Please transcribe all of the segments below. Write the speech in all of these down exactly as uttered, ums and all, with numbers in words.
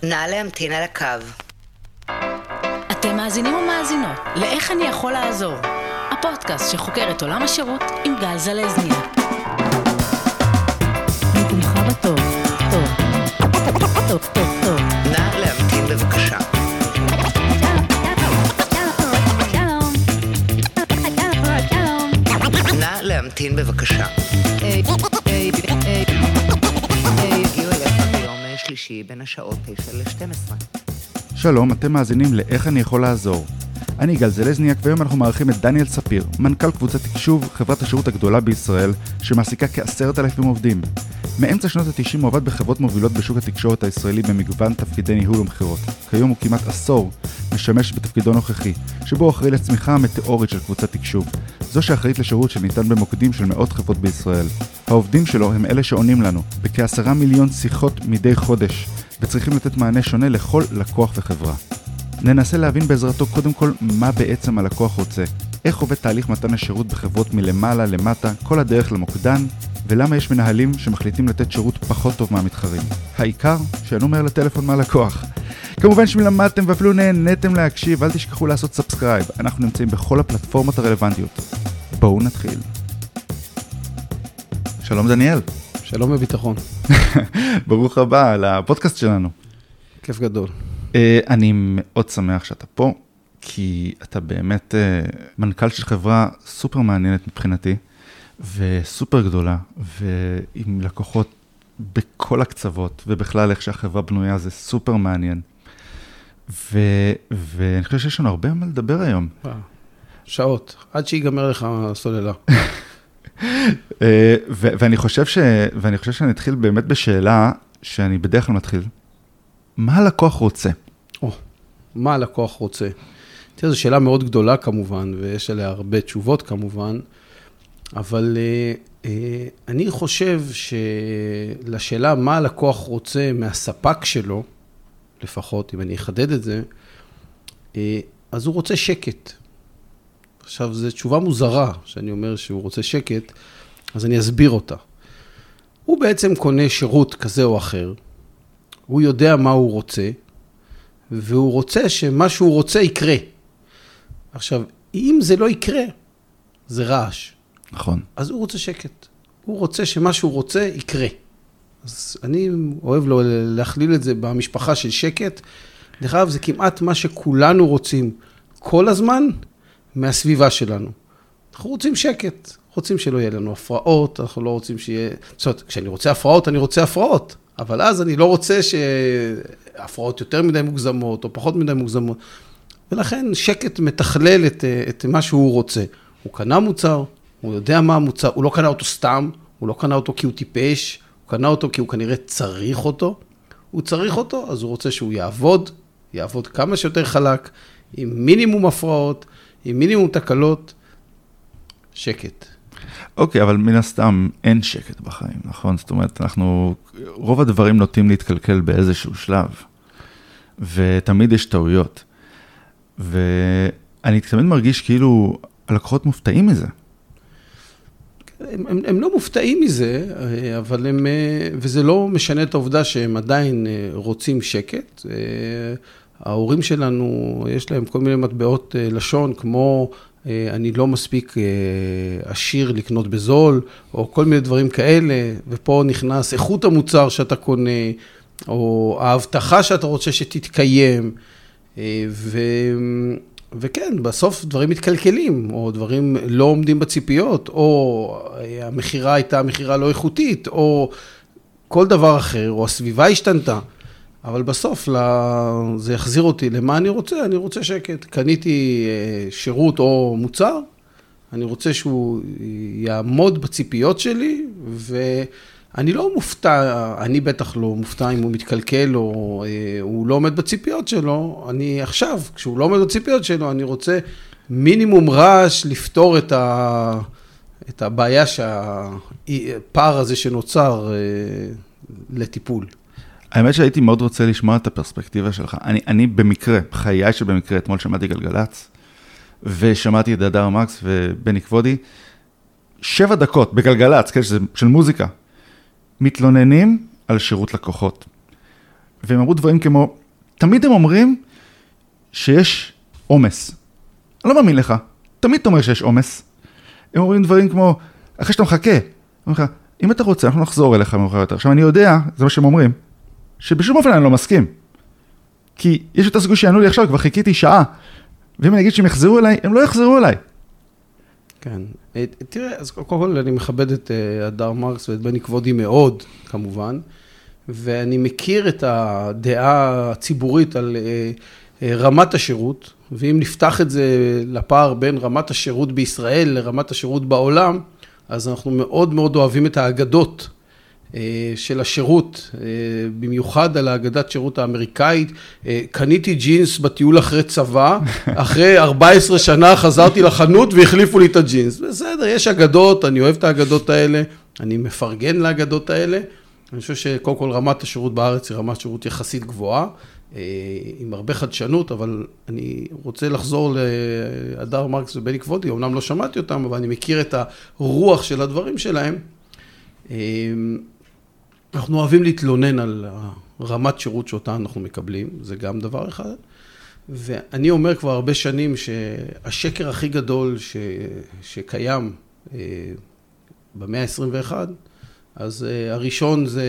נא להמתין על הקו. אתם מאזינים ומאזינות לאיך אני יכול לעזור, הפודקאסט שחוקר את עולם השירות עם גל זלזניה. מקומך בטוב, טוב, טוב, טוב, טוב. נא להמתין בבקשה. נא להמתין בבקשה. הגיעו אליך ביום שלישי בין השעות תשע ל-שתים עשרה. שלום, אתם מאזינים לאיך אני יכול לעזור. אני גל זלזניאק, והיום אנחנו מארחים את דניאל ספיר, מנכ"ל קבוצת תקשוב, חברת השירות הגדולה בישראל, שמעסיקה כעשרת אלפים עובדים. מאמצע שנות ה-תשעים הוא עבד בחברות מובילות בשוק התקשורת הישראלי במגוון תפקידי ניהול ומחירות. כיום הוא כמעט עשור משמש בתפקידו נוכחי, שבו הוא אחראי לצמיחה המטאורית של קבוצת תקשוב. זו שאחראית לשירות שניתן במוקדים של מאות חברות בישראל. העובדים שלו הם אלה שעונים לנו, בכעשרה מיליון שיחות מדי חודש, וצריכים לתת מענה שונה לכל לקוח וחברה. ננסה להבין בעזרתו קודם כל מה בעצם הלקוח רוצה, איך עובד תהליך מתן השירות בחברות מלמעלה למטה, כל הדרך למוקדן, ולמה יש מנהלים שמחליטים לתת שירות פחות טוב מהמתחרים. העיקר, שיענו מהר לטלפון מהלקוח. כמובן שאם למדתם ואפילו נהניתם להקשיב, אל תשכחו לעשות סאבסקרייב. אנחנו נמצאים בכל הפלטפורמות הרלוונטיות. בואו נתחיל. שלום דניאל. שלום בביטחון. ברוך הבא לפודקאסט שלנו. כיף גדול. אני מאוד שמח שאתה פה, כי אתה באמת מנכ"ל של חברה סופר מעניינת מבחינתי, וסופר גדולה, ועם לקוחות בכל הקצוות, ובכלל איך שהחברה בנויה זה סופר מעניין. ו... ואני חושב שיש לנו הרבה מה לדבר היום. שעות, עד שיגמר לך הסוללה. ו... ואני חושב ש... ואני חושב שאני אתחיל באמת בשאלה, שאני בדרך כלל מתחיל. מה הלקוח רוצה? או, מה הלקוח רוצה? תראה, זו שאלה מאוד גדולה כמובן, ויש עליה הרבה תשובות כמובן, אבל אה, אה, אני חושב שלשאלה מה הלקוח רוצה מהספק שלו, לפחות אם אני אחדד את זה, אה, אז הוא רוצה שקט. עכשיו, זו תשובה מוזרה, שאני אומר שהוא רוצה שקט, אז אני אסביר אותה. הוא בעצם קונה שירות כזה או אחר, הוא יודע מה הוא רוצה, והוא רוצה שמה שהוא רוצה יקרה. עכשיו, אם זה לא יקרה, זה רעש. נכון. אז הוא רוצה שקט. הוא רוצה שמה שהוא רוצה יקרה. אז אני אוהב לו להכליל את זה במשפחה של שקט. דרך אגב, זה כמעט מה שכולנו רוצים כל הזמן מהסביבה שלנו. אנחנו רוצים שקט. רוצים שלא יהיה לנו הפרעות, אנחנו לא רוצים שיהיה... זאת אומרת, כשאני רוצה הפרעות, אני רוצה הפרעות. אבל אז אני לא רוצה שהפרעות יותר מדי מוגזמות, או פחות מדי מוגזמות. ולכן שקט מתכלל את, את מה שהוא רוצה. הוא קנה מוצר, הוא יודע מה המוצר, הוא לא קנה אותו סתם, הוא לא קנה אותו כי הוא טיפש, הוא קנה אותו כי הוא כנראה צריך אותו. הוא צריך אותו, אז הוא רוצה שהוא יעבוד, יעבוד כמה שיותר חלק, עם מינימום הפרעות, עם מינימום תקלות, שקט. אוקיי, אבל מן הסתם אין שקט בחיים, נכון? זאת אומרת, אנחנו, רוב הדברים נוטים להתקלקל באיזשהו שלב, ותמיד יש טעויות. ואני תמיד מרגיש כאילו הלקוחות מופתעים מזה. הם, הם, הם לא מופתעים מזה, אבל הם, וזה לא משנה את העובדה שהם עדיין רוצים שקט. ההורים שלנו, יש להם כל מיני מטבעות לשון, כמו אני לא מספיק עשיר לקנות בזול, או כל מיני דברים כאלה, ופה נכנס איכות המוצר שאתה קונה, או ההבטחה שאתה רוצה שתתקיים, ו... וכן, בסוף דברים מתקלקלים, או דברים לא עומדים בציפיות, או המחירה הייתה מחירה לא איכותית, או כל דבר אחר, או הסביבה השתנתה. אבל בסוף זה יחזיר אותי למה אני רוצה, אני רוצה שקט. קניתי שירות או מוצר, אני רוצה שהוא יעמוד בציפיות שלי, ואני לא מופתע, אני בטח לא מופתע אם הוא מתקלקל או הוא לא עומד בציפיות שלו. אני עכשיו, כשהוא לא עומד בציפיות שלו, אני רוצה מינימום רעש לפתור את ה... את הבעיה שהפער הזה שנוצר לטיפול. האמת שהייתי מאוד רוצה לשמוע את הפרספקטיבה שלך. אני, אני במקרה, בחיי שבמקרה, אתמול שמעתי גלגלץ, ושמעתי את הדר מקס ובני כבודי, שבע דקות בגלגלץ, כן, שזה של מוזיקה, מתלוננים על שירות לקוחות. והם אמרו דברים כמו, תמיד הם אומרים שיש עומס. אני לא מאמין לך, תמיד אתה אומר שיש עומס. הם אומרים דברים כמו, אחרי שאתה מחכה, לך, אם אתה רוצה, אנחנו נחזור אליך מאוחר יותר. עכשיו, אני יודע, זה מה שהם אומרים, שבשום אופן אני לא מסכים. כי יש את הסיכוי שיענו לי עכשיו, כבר חיכיתי שעה, ואם אני אגיד שהם יחזרו אליי, הם לא יחזרו אליי. כן. תראה, אז קודם כל אני מכבד את הדר מרקס ואת בני כבודי מאוד, כמובן, ואני מכיר את הדעה הציבורית על רמת השירות, ואם נפתח את זה לפער בין רמת השירות בישראל לרמת השירות בעולם, אז אנחנו מאוד מאוד אוהבים את האגדות של השירות, במיוחד על האגדת שירות האמריקאית. קניתי ג'ינס בטיול אחרי צבא, אחרי ארבע עשרה שנה חזרתי לחנות והחליפו לי את הג'ינס. בסדר, יש אגדות, אני אוהב את האגדות האלה, אני מפרגן לאגדות האלה. אני חושב שקודם כל רמת השירות בארץ היא רמת שירות יחסית גבוהה, עם הרבה חדשנות, אבל אני רוצה לחזור להדר מרקס ובני כבודי, אמנם לא שמעתי אותם, אבל אני מכיר את הרוח של הדברים שלהם. אנחנו אוהבים להתלונן על רמת שירות שאותה אנחנו מקבלים, זה גם דבר אחד. ואני אומר כבר הרבה שנים שהשקר הכי גדול ש... שקיים במאה ה-עשרים ואחת, אז הראשון זה,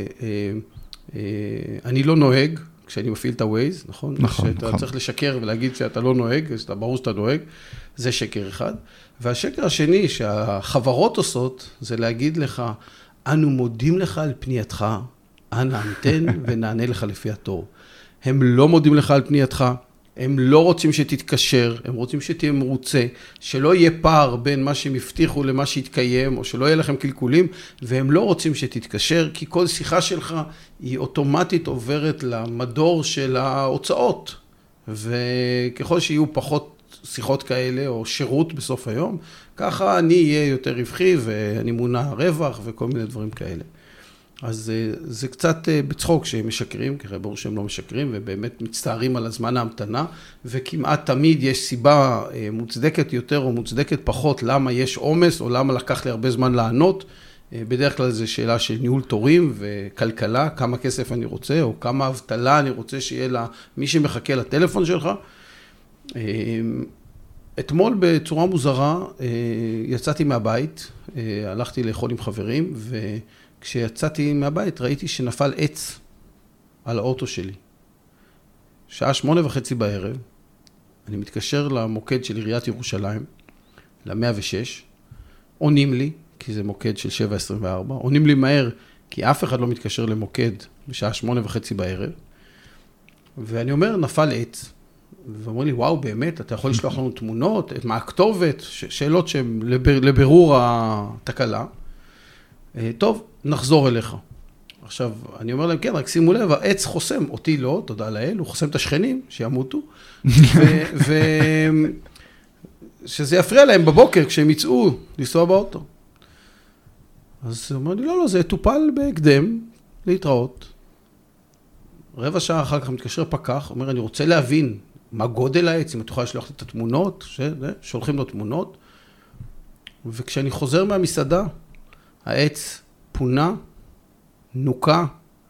אני לא נוהג כשאני מפעיל את הווייז, נכון? נכון, שאתה נכון. צריך לשקר ולהגיד שאתה לא נוהג, שאתה ברור שאתה נוהג, זה שקר אחד. והשקר השני שהחברות עושות, זה להגיד לך, אנו מודים לך על פנייתך, אנא המתן ונענה לך לפי התור. הם לא מודים לך על פנייתך, הם לא רוצים שתתקשר, הם רוצים שתהיה מרוצה, שלא יהיה פער בין מה שהם הבטיחו למה שהתקיים, או שלא יהיה לכם קלקולים, והם לא רוצים שתתקשר, כי כל שיחה שלך היא אוטומטית עוברת למדור של ההוצאות, וככל שיהיו פחות שיחות כאלה, או שירות בסוף היום, ככה אני אהיה יותר רווחי, ואני מונע רווח, וכל מיני דברים כאלה. אז זה קצת בצחוק שהם משקרים, כי ברור שהם לא משקרים, ובאמת מצטערים על הזמן ההמתנה, וכמעט תמיד יש סיבה מוצדקת יותר או מוצדקת פחות, למה יש עומס, או למה לקח לי הרבה זמן לענות. בדרך כלל זו שאלה של ניהול תורים וכלכלה, כמה כסף אני רוצה, או כמה אבטלה אני רוצה שיהיה לה, מי שמחכה לטלפון שלך. אתמול בצורה מוזרה יצאתי מהבית, הלכתי לאכול עם חברים, וכשיצאתי מהבית ראיתי שנפל עץ על האוטו שלי. שעה שמונה וחצי בערב, אני מתקשר למוקד של עיריית ירושלים, ל-מאה ושש, עונים לי, כי זה מוקד של שבע עשרים וארבע, עונים לי מהר, כי אף אחד לא מתקשר למוקד בשעה שמונה וחצי בערב, ואני אומר, נפל עץ, ואומרים לי, וואו, באמת, אתה יכול לשלוח לנו תמונות, מה הכתובת, שאלות שהן לבירור התקלה. טוב, נחזור אליך. עכשיו, אני אומר להם, כן, רק שימו לב, העץ חוסם, אותי לא, תודה לאל, הוא חוסם את השכנים, שימותו, ושזה יפריע להם בבוקר, כשהם יצאו לנסוע באוטו. אז הוא אומר לי, לא, לא, זה יטופל בהקדם, להתראות. רבע שעה אחר כך מתקשר פקח, אומר, אני רוצה להבין מה גודל העץ, אם את יכולה לשלוח את התמונות, שולחים לו תמונות, וכשאני חוזר מהמסעדה, העץ פונה, נוקה,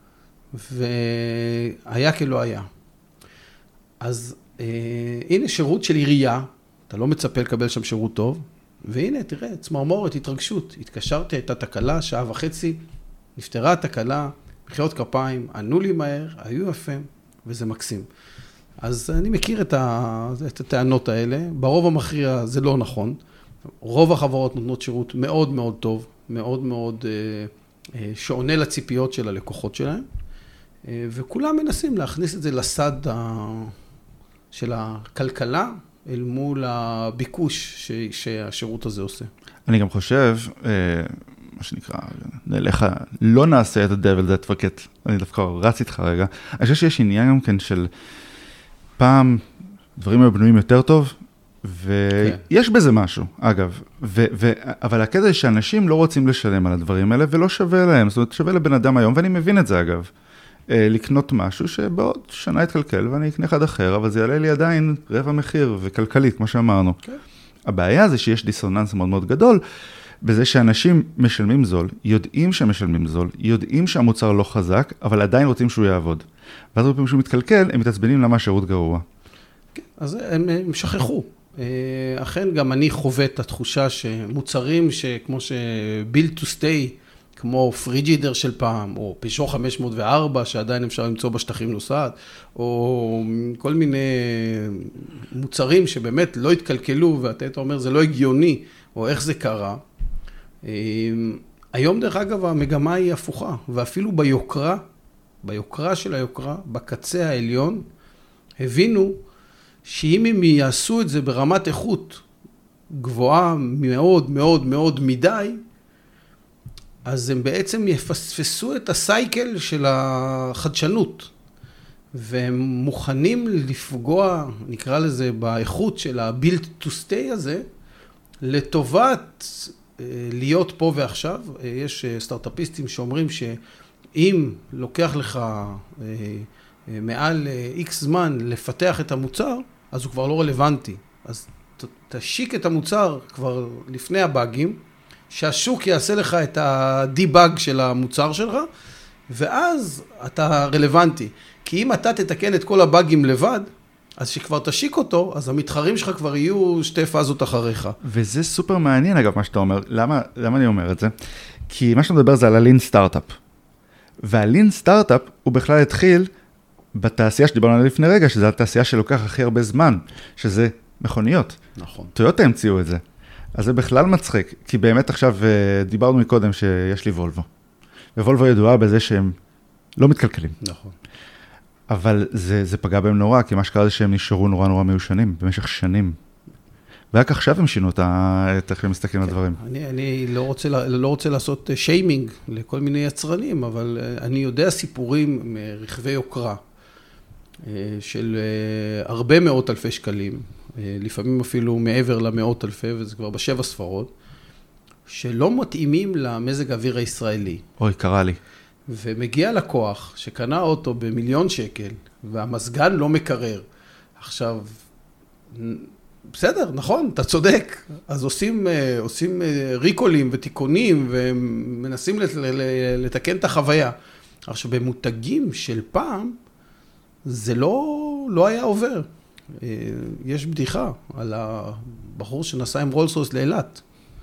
והיה כלא היה. אז אה, הנה שירות של עירייה, אתה לא מצפה לקבל שם שירות טוב, והנה, תראה, צמרמורת, התרגשות, התקשרתי, הייתה תקלה, שעה וחצי, נפטרה התקלה, מחיאות כפיים, ענו לי מהר, היו יפים, וזה מקסים. אז אני מכיר את, ה... את הטענות האלה, ברוב המכריע זה לא נכון, רוב החברות נותנות שירות מאוד מאוד טוב, מאוד מאוד אה, אה, שעונה לציפיות של הלקוחות שלהם, אה, וכולם מנסים להכניס את זה לסד ה... של הכלכלה, אל מול הביקוש ש... שהשירות הזה עושה. אני גם חושב, אה... מה שנקרא, נלך, לא נעשה את הדבל, זה התפקט, אני דווקא רץ איתך רגע. אני חושב שיש עניין גם כן של פעם דברים היו בנויים יותר טוב, ויש בזה משהו, אגב, ו- ו- אבל הקטע זה שאנשים לא רוצים לשלם על הדברים האלה, ולא שווה להם, זאת אומרת, שווה לבן אדם היום, ואני מבין את זה אגב, לקנות משהו שבעוד שנה יתקלקל, ואני אקנה אחד אחר, אבל זה יעלה לי עדיין רבע מחיר וכלכלית, כמו שאמרנו. הבעיה זה שיש דיסוננס מאוד מאוד גדול, בזה שאנשים משלמים זול, יודעים שהם משלמים זול, יודעים שהמוצר לא חזק, אבל עדיין רוצים שהוא יעבוד. ואז הרבה פעמים שהוא מתקלקל, הם מתעצבנים למה השירות גרוע. כן, אז הם, הם שכחו. אכן גם אני חווה את התחושה שמוצרים שכמו ש-build to stay, כמו פריג'ידר של פעם, או פז'ו חמש מאות וארבע, שעדיין אפשר למצוא בשטחים נוסעת, או כל מיני מוצרים שבאמת לא התקלקלו, ואתה אומר, זה לא הגיוני, או איך זה קרה. היום, דרך אגב, המגמה היא הפוכה, ואפילו ביוקרה, ביוקרה של היוקרה, בקצה העליון, הבינו שאם הם יעשו את זה ברמת איכות גבוהה מאוד מאוד מאוד מדי, אז הם בעצם יפספסו את הסייקל של החדשנות, והם מוכנים לפגוע, נקרא לזה, באיכות של ה-build to stay הזה, לטובת להיות פה ועכשיו. יש סטארט-אפיסטים שאומרים שאם לוקח לך מעל איקס זמן לפתח את המוצר, אז הוא כבר לא רלוונטי. אז תשיק את המוצר כבר לפני הבאגים, שהשוק יעשה לך את הדיבאג של המוצר שלך, ואז אתה רלוונטי. כי אם אתה תתקן את כל הבאגים לבד, אז שכבר תשיק אותו, אז המתחרים שלך כבר יהיו שתי פאזות אחריך. וזה סופר מעניין, אגב, מה שאתה אומר. למה, למה אני אומר את זה? כי מה שאתה מדבר זה על הלין סטארט-אפ. והלין סטארט-אפ הוא בכלל התחיל בתעשייה שדיברנו עליה לפני רגע, שזה התעשייה שלוקח הכי הרבה זמן, שזה מכוניות. נכון. טויוטה המציאו את זה. אז זה בכלל מצחיק, כי באמת עכשיו דיברנו מקודם שיש לי וולבו. ווולבו ידועה בזה שהם לא מתקלקלים. נכון. אבל זה, זה פגע בהם נורא, כי מה שקרה זה שהם נשארו נורא נורא מיושנים, במשך שנים. ורק עכשיו הם שינו את איך שהם מסתכלים על דברים. אני, אני לא רוצה, לא רוצה לעשות שיימינג לכל מיני יצרנים, אבל אני יודע סיפורים מרכבי יוקרה, של הרבה מאות אלפי שקלים, לפעמים אפילו מעבר למאות אלפי, וזה כבר בשבע ספרות, שלא מתאימים למזג האוויר הישראלי. אוי, קרה לי. ומגיע לקוח שקנה אוטו במיליון שקל, והמזגן לא מקרר. עכשיו, בסדר, נכון, אתה צודק. אז עושים, עושים ריקולים ותיקונים, ומנסים לתקן את החוויה. עכשיו, במותגים של פעם, זה לא, לא היה עובר. יש בדיחה על הבחור שנסע עם רולס רויס לאילת,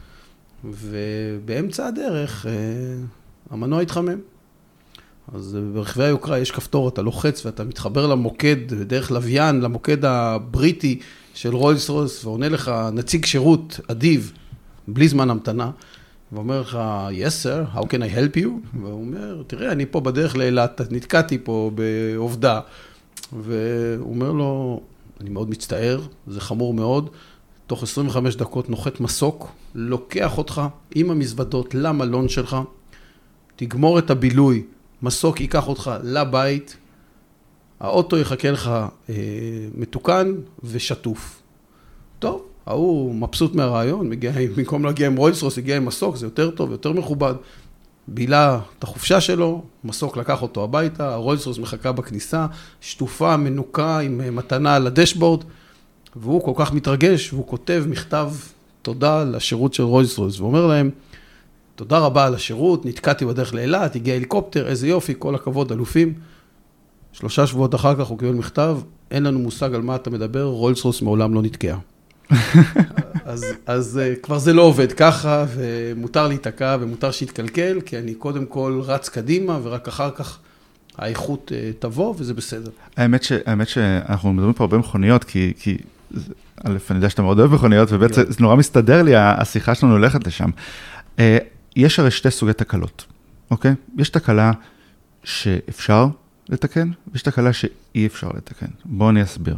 ובאמצע הדרך המנוע התחמם. אז ברכבי היוקרה יש כפתור, אתה לוחץ ואתה מתחבר למוקד, דרך לוויין, למוקד הבריטי של רולס רויס, ועונה לך נציג שירות אדיב, בלי זמן המתנה, ואומר לך, yes sir, how can I help you? והוא אומר, תראה, אני פה בדרך לאילת, נתקעתי פה בעובדה, והוא אומר לו, אני מאוד מצטער, זה חמור מאוד, תוך עשרים וחמש דקות נוחת מסוק, לוקח אותך עם המזוודות למלון שלך, תגמור את הבילוי, מסוק ייקח אותך לבית, האוטו יחכה לך אה, מתוקן ושטוף. טוב, הוא מבסוט מהרעיון, מגיע, במקום להגיע עם רולס רויס, הגיע עם מסוק, זה יותר טוב, יותר מכובד. בילה את החופשה שלו, מסוק לקח אותו הביתה, הרולס רויס מחכה בכניסה, שטופה, מנוקה עם מתנה על הדשבורד, והוא כל כך מתרגש, והוא כותב מכתב תודה לשירות של רולס רויס, ואומר להם, תודה רבה על השירות, נתקעתי בדרך לאילת, הגיע הליקופטר, איזה יופי, כל הכבוד, אלופים. שלושה שבועות אחר כך הוא קיבל מכתב, אין לנו מושג על מה אתה מדבר, רולס רויס מעולם לא נתקע. אז, אז כבר זה לא עובד ככה, ומותר להתקע ומותר שיתקלקל, כי אני קודם כל רץ קדימה, ורק אחר כך האיכות תבוא, וזה בסדר. האמת, ש, האמת שאנחנו מדברים פה הרבה מכוניות, כי, כי א', אני יודע שאתה מאוד אוהב מכוניות, ובאמת זה נורא מסתדר לי, השיחה שלנו הולכת לשם. יש הרי שתי סוגי תקלות, אוקיי? יש תקלה שאפשר לתקן, ויש תקלה שאי אפשר לתקן. בואו אני אסביר.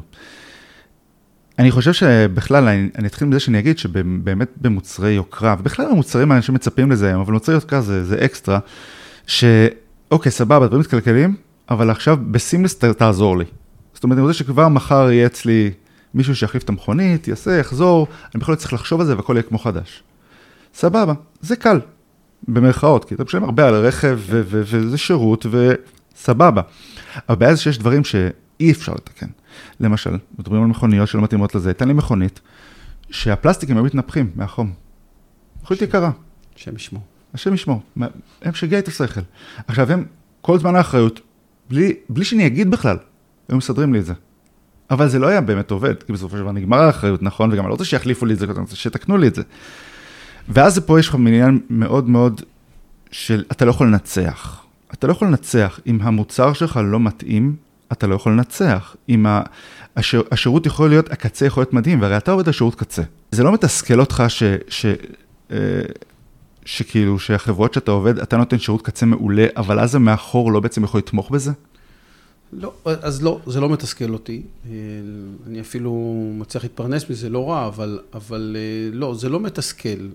אני חושב שבכלל, אני, אני אתחיל מזה שאני אגיד שבאמת במוצרי יוקרה, ובכלל במוצרים האנשים מצפים לזה היום, אבל מוצרי יוקרה זה, זה אקסטרה, שאוקיי, סבבה, דברים מתקלקלים, אבל עכשיו בסימלס תעזור לי. זאת אומרת, אני רוצה שכבר מחר יהיה אצלי מישהו שיחליף את המכונית, יעשה, יחזור, אני בכלל לא צריך לחשוב על זה והכל יהיה כמו חדש. סבבה, זה קל, במרכאות, כי אתה משלם הרבה על רכב ו- ו- וזה שירות וסבבה. אבל בעיה זה שיש דברים שאי אפשר לתקן. למשל, מדברים על מכוניות שלא מתאימות לזה, תן לי מכונית שהפלסטיקים היו מתנפחים מהחום. מכונית יקרה. השם ישמור. השם ישמור, הם שגע את השכל. עכשיו הם, כל זמן האחריות, בלי, בלי שאני אגיד בכלל, הם מסדרים לי את זה. אבל זה לא היה באמת עובד, כי בסופו של דבר נגמר האחריות, נכון? וגם אני לא רוצה שיחליפו לי את זה, אני רוצה שתקנו לי את זה. ואז פה יש לך עניין מאוד מאוד של, אתה לא יכול לנצח. אתה לא יכול לנצח. אם המוצר שלך לא מתאים, אתה לא יכול לנצח. אם השיר, השירות יכול להיות, הקצה יכול להיות מדהים, והרי אתה עובד על שירות קצה. זה לא מתסכל אותך ש, ש, שכאילו, שהחברות שאתה עובד, אתה נותן שירות קצה מעולה, אבל אז המאחור לא בעצם יכול לתמוך בזה? לא, אז לא, זה לא מתסכל אותי. אני אפילו מצליח להתפרנס מזה, לא רע, אבל, אבל לא, זה לא מתסכל.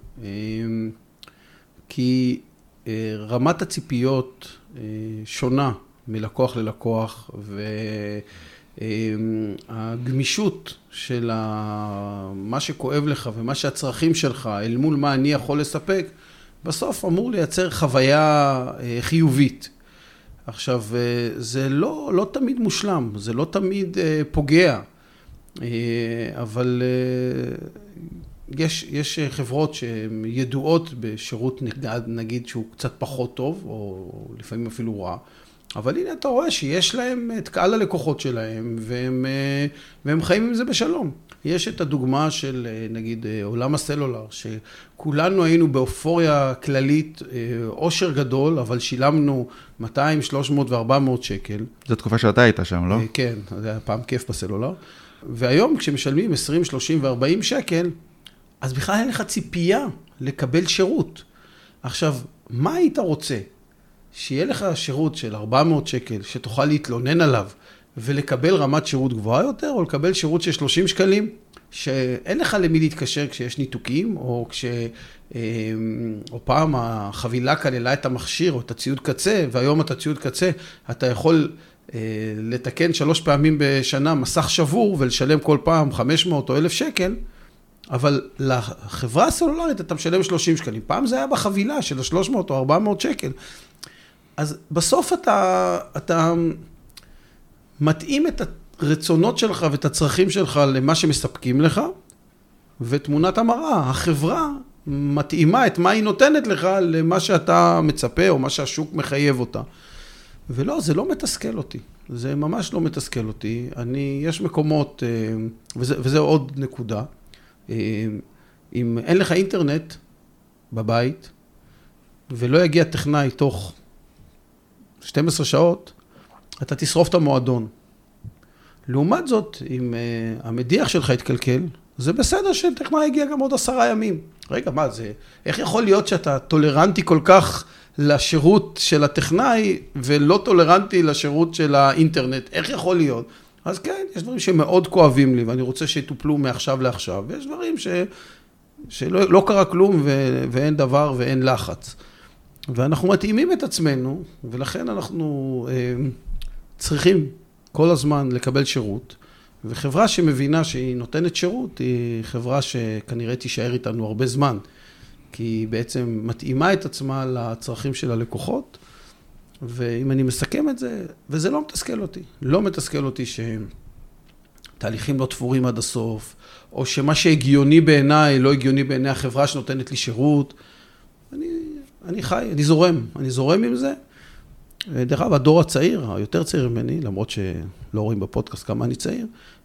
כי רמת הציפיות שונה מלקוח ללקוח, והגמישות של מה שכואב לך ומה שהצרכים שלך, אל מול מה אני יכול לספק, בסוף אמור לייצר חוויה חיובית. עכשיו, זה לא, לא תמיד מושלם, זה לא תמיד פוגע, אבל יש, יש חברות שהן ידועות בשירות נגיד שהוא קצת פחות טוב, או לפעמים אפילו רע, אבל הנה אתה רואה שיש להם את קהל הלקוחות שלהם, והם, והם חיים עם זה בשלום. יש את הדוגמה של נגיד עולם הסלולר, שכולנו היינו באופוריה כללית, עושר גדול, אבל שילמנו מאתיים, שלוש מאות וארבע מאות שקל. זו תקופה שאתה היית שם, לא? כן, זה היה פעם כיף בסלולר. והיום כשמשלמים עשרים, שלושים וארבעים שקל, אז בכלל אין לך ציפייה לקבל שירות. עכשיו, מה היית רוצה? שיהיה לך שירות של ארבע מאות שקל, שתוכל להתלונן עליו, ולקבל רמת שירות גבוהה יותר, או לקבל שירות של שלושים שקלים, שאין לך למי להתקשר כשיש ניתוקים, או כש... או פעם החבילה כללה את המכשיר, או את הציוד קצה, והיום את הציוד קצה, אתה יכול לתקן שלוש פעמים בשנה מסך שבור, ולשלם כל פעם חמש מאות או אלף שקל, אבל לחברה הסלולרית אתה משלם שלושים שקלים. פעם זה היה בחבילה של שלוש מאות או ארבע מאות שקל. אז בסוף אתה, אתה מתאים את הרצונות שלך ואת הצרכים שלך למה שמספקים לך, ותמונת המראה, החברה מתאימה את מה היא נותנת לך למה שאתה מצפה או מה שהשוק מחייב אותה. ולא, זה לא מתסכל אותי. זה ממש לא מתסכל אותי. אני, יש מקומות, וזה, וזה עוד נקודה, אם אין לך אינטרנט בבית, ולא יגיע טכנאי תוך שתים עשרה שעות, אתה תשרוף את המועדון. לעומת זאת, אם uh, המדיח שלך יתקלקל, זה בסדר שטכנאי יגיע גם עוד עשרה ימים. רגע, מה זה? איך יכול להיות שאתה טולרנטי כל כך לשירות של הטכנאי, ולא טולרנטי לשירות של האינטרנט? איך יכול להיות? אז כן, יש דברים שמאוד כואבים לי, ואני רוצה שיטופלו מעכשיו לעכשיו, ויש דברים ש... שלא לא קרה כלום, ו... ואין דבר ואין לחץ. ואנחנו מתאימים את עצמנו, ולכן אנחנו אה, צריכים כל הזמן לקבל שירות, וחברה שמבינה שהיא נותנת שירות, היא חברה שכנראה תישאר איתנו הרבה זמן, כי היא בעצם מתאימה את עצמה לצרכים של הלקוחות, ואם אני מסכם את זה, וזה לא מתסכל אותי, לא מתסכל אותי שתהליכים לא תפורים עד הסוף, או שמה שהגיוני בעיניי לא הגיוני בעיני החברה שנותנת לי שירות, אני... אני חי, אני זורם, אני זורם עם זה. דרך אגב, הדור הצעיר, היותר צעיר ממני, למרות שלא רואים בפודקאסט כמה אני צעיר,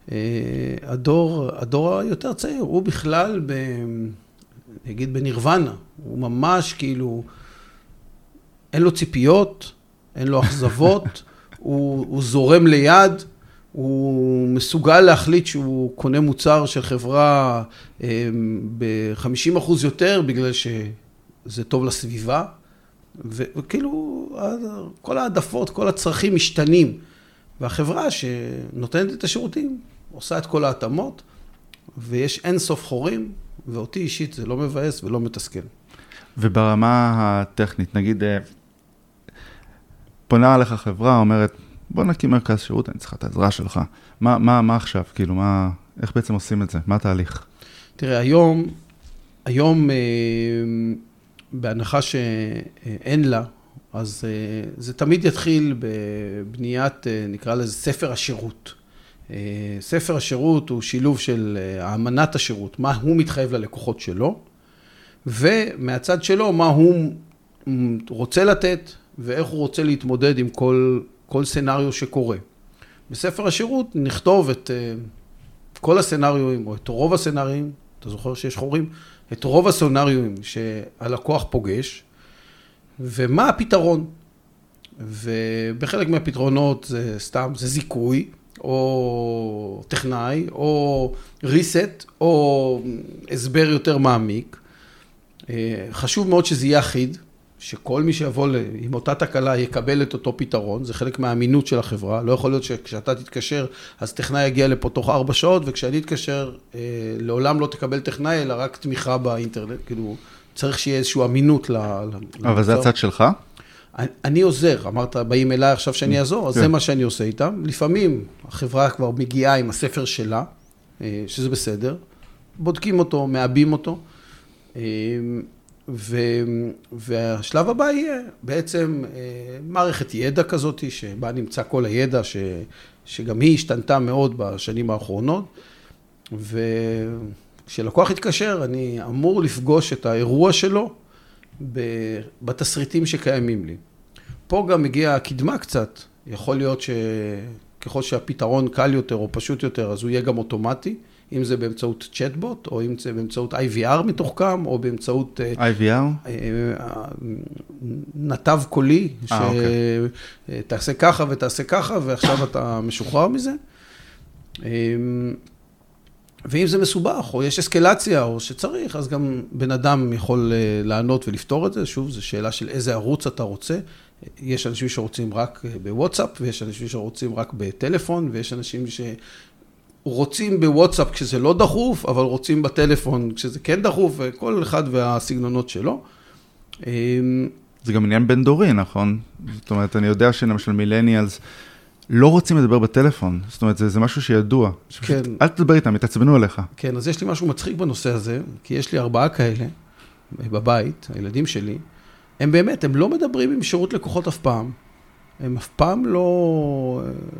הדור, הדור היותר צעיר, הוא בכלל, ב, נגיד בנירוונה, הוא ממש כאילו, אין לו ציפיות, אין לו אכזבות, הוא, הוא זורם ליד, הוא מסוגל להחליט שהוא קונה מוצר של חברה ב-חמישים אחוז יותר, בגלל ש... זה טוב לסביבה, וכאילו כל העדפות, כל הצרכים משתנים, והחברה שנותנת את השירותים עושה את כל ההתאמות, ויש אין סוף חורים, ואותי אישית זה לא מבאס ולא מתסכל. וברמה הטכנית, נגיד, פונה עליך חברה, אומרת, בוא נקים מרכז שירות, אני צריכה את העזרה שלך. מה, מה, מה עכשיו? כאילו, מה, איך בעצם עושים את זה? מה התהליך? תראה, היום, היום, בהנחה שאין לה, אז זה תמיד יתחיל בבניית, נקרא לזה, ספר השירות. ספר השירות הוא שילוב של האמנת השירות, מה הוא מתחייב ללקוחות שלו, ומהצד שלו, מה הוא רוצה לתת, ואיך הוא רוצה להתמודד עם כל, כל סנריו שקורה. בספר השירות נכתוב את כל הסנריואים, או את רוב הסנריואים, אתה זוכר שיש חורים? את רוב הסנריואים שהלקוח פוגש, ומה הפתרון. ובחלק מהפתרונות זה סתם, זה זיכוי, או טכנאי, או ריסט, או הסבר יותר מעמיק. חשוב מאוד שזה יהיה אחיד, שכל מי שיבוא עם אותה תקלה יקבל את אותו פתרון, זה חלק מהאמינות של החברה. לא יכול להיות שכשאתה תתקשר, אז טכנאי יגיע לפה תוך ארבע שעות, וכשאני אתקשר, לעולם לא תקבל טכנאי, אלא רק תמיכה באינטרנט. כאילו, צריך שיהיה איזושהי אמינות ל... אבל זה הצד שלך? אני עוזר, אמרת, באים אליי עכשיו שאני אעזור, אז זה מה שאני עושה איתם. לפעמים החברה כבר מגיעה עם הספר שלה, שזה בסדר, בודקים אותו, מאבים אותו, והשלב הבא יהיה בעצם מערכת ידע כזאת, שבה נמצא כל הידע, שגם היא השתנתה מאוד בשנים האחרונות, וכשלקוח יתקשר, אני אמור לפגוש את האירוע שלו, בתסריטים שקיימים לי. פה גם מגיעה הקדמה קצת, יכול להיות שככל שהפתרון קל יותר או פשוט יותר, אז הוא יהיה גם אוטומטי, אם זה באמצעות צ'טבוט, או אם זה באמצעות איי וי אר מתוחכם, או באמצעות... איי וי אר? נתב קולי, שתעשה ככה ותעשה ככה, ועכשיו אתה משוחרר מזה. ואם זה מסובך, או יש אסקלציה, או שצריך, אז גם בן אדם יכול לענות ולפתור את זה. שוב, זו שאלה של איזה ערוץ אתה רוצה. יש אנשים שרוצים רק בוואטסאפ, ויש אנשים שרוצים רק בטלפון, ויש אנשים שרוצים בוואטסאפ כשזה לא דחוף, אבל רוצים בטלפון כשזה כן דחוף, וכל אחד והסגנונות שלו. זה גם עניין בין דורי, נכון? זאת אומרת, אני יודע שלמשל מילניאלס, לא רוצים לדבר בטלפון, זאת אומרת, זה, זה משהו שידוע. כן. אל תדבר איתם, יתעצבנו עליך. כן, אז יש לי משהו מצחיק בנושא הזה, כי יש לי ארבעה כאלה בבית, הילדים שלי, הם באמת, הם לא מדברים עם שירות לקוחות אף פעם, הם אף פעם לא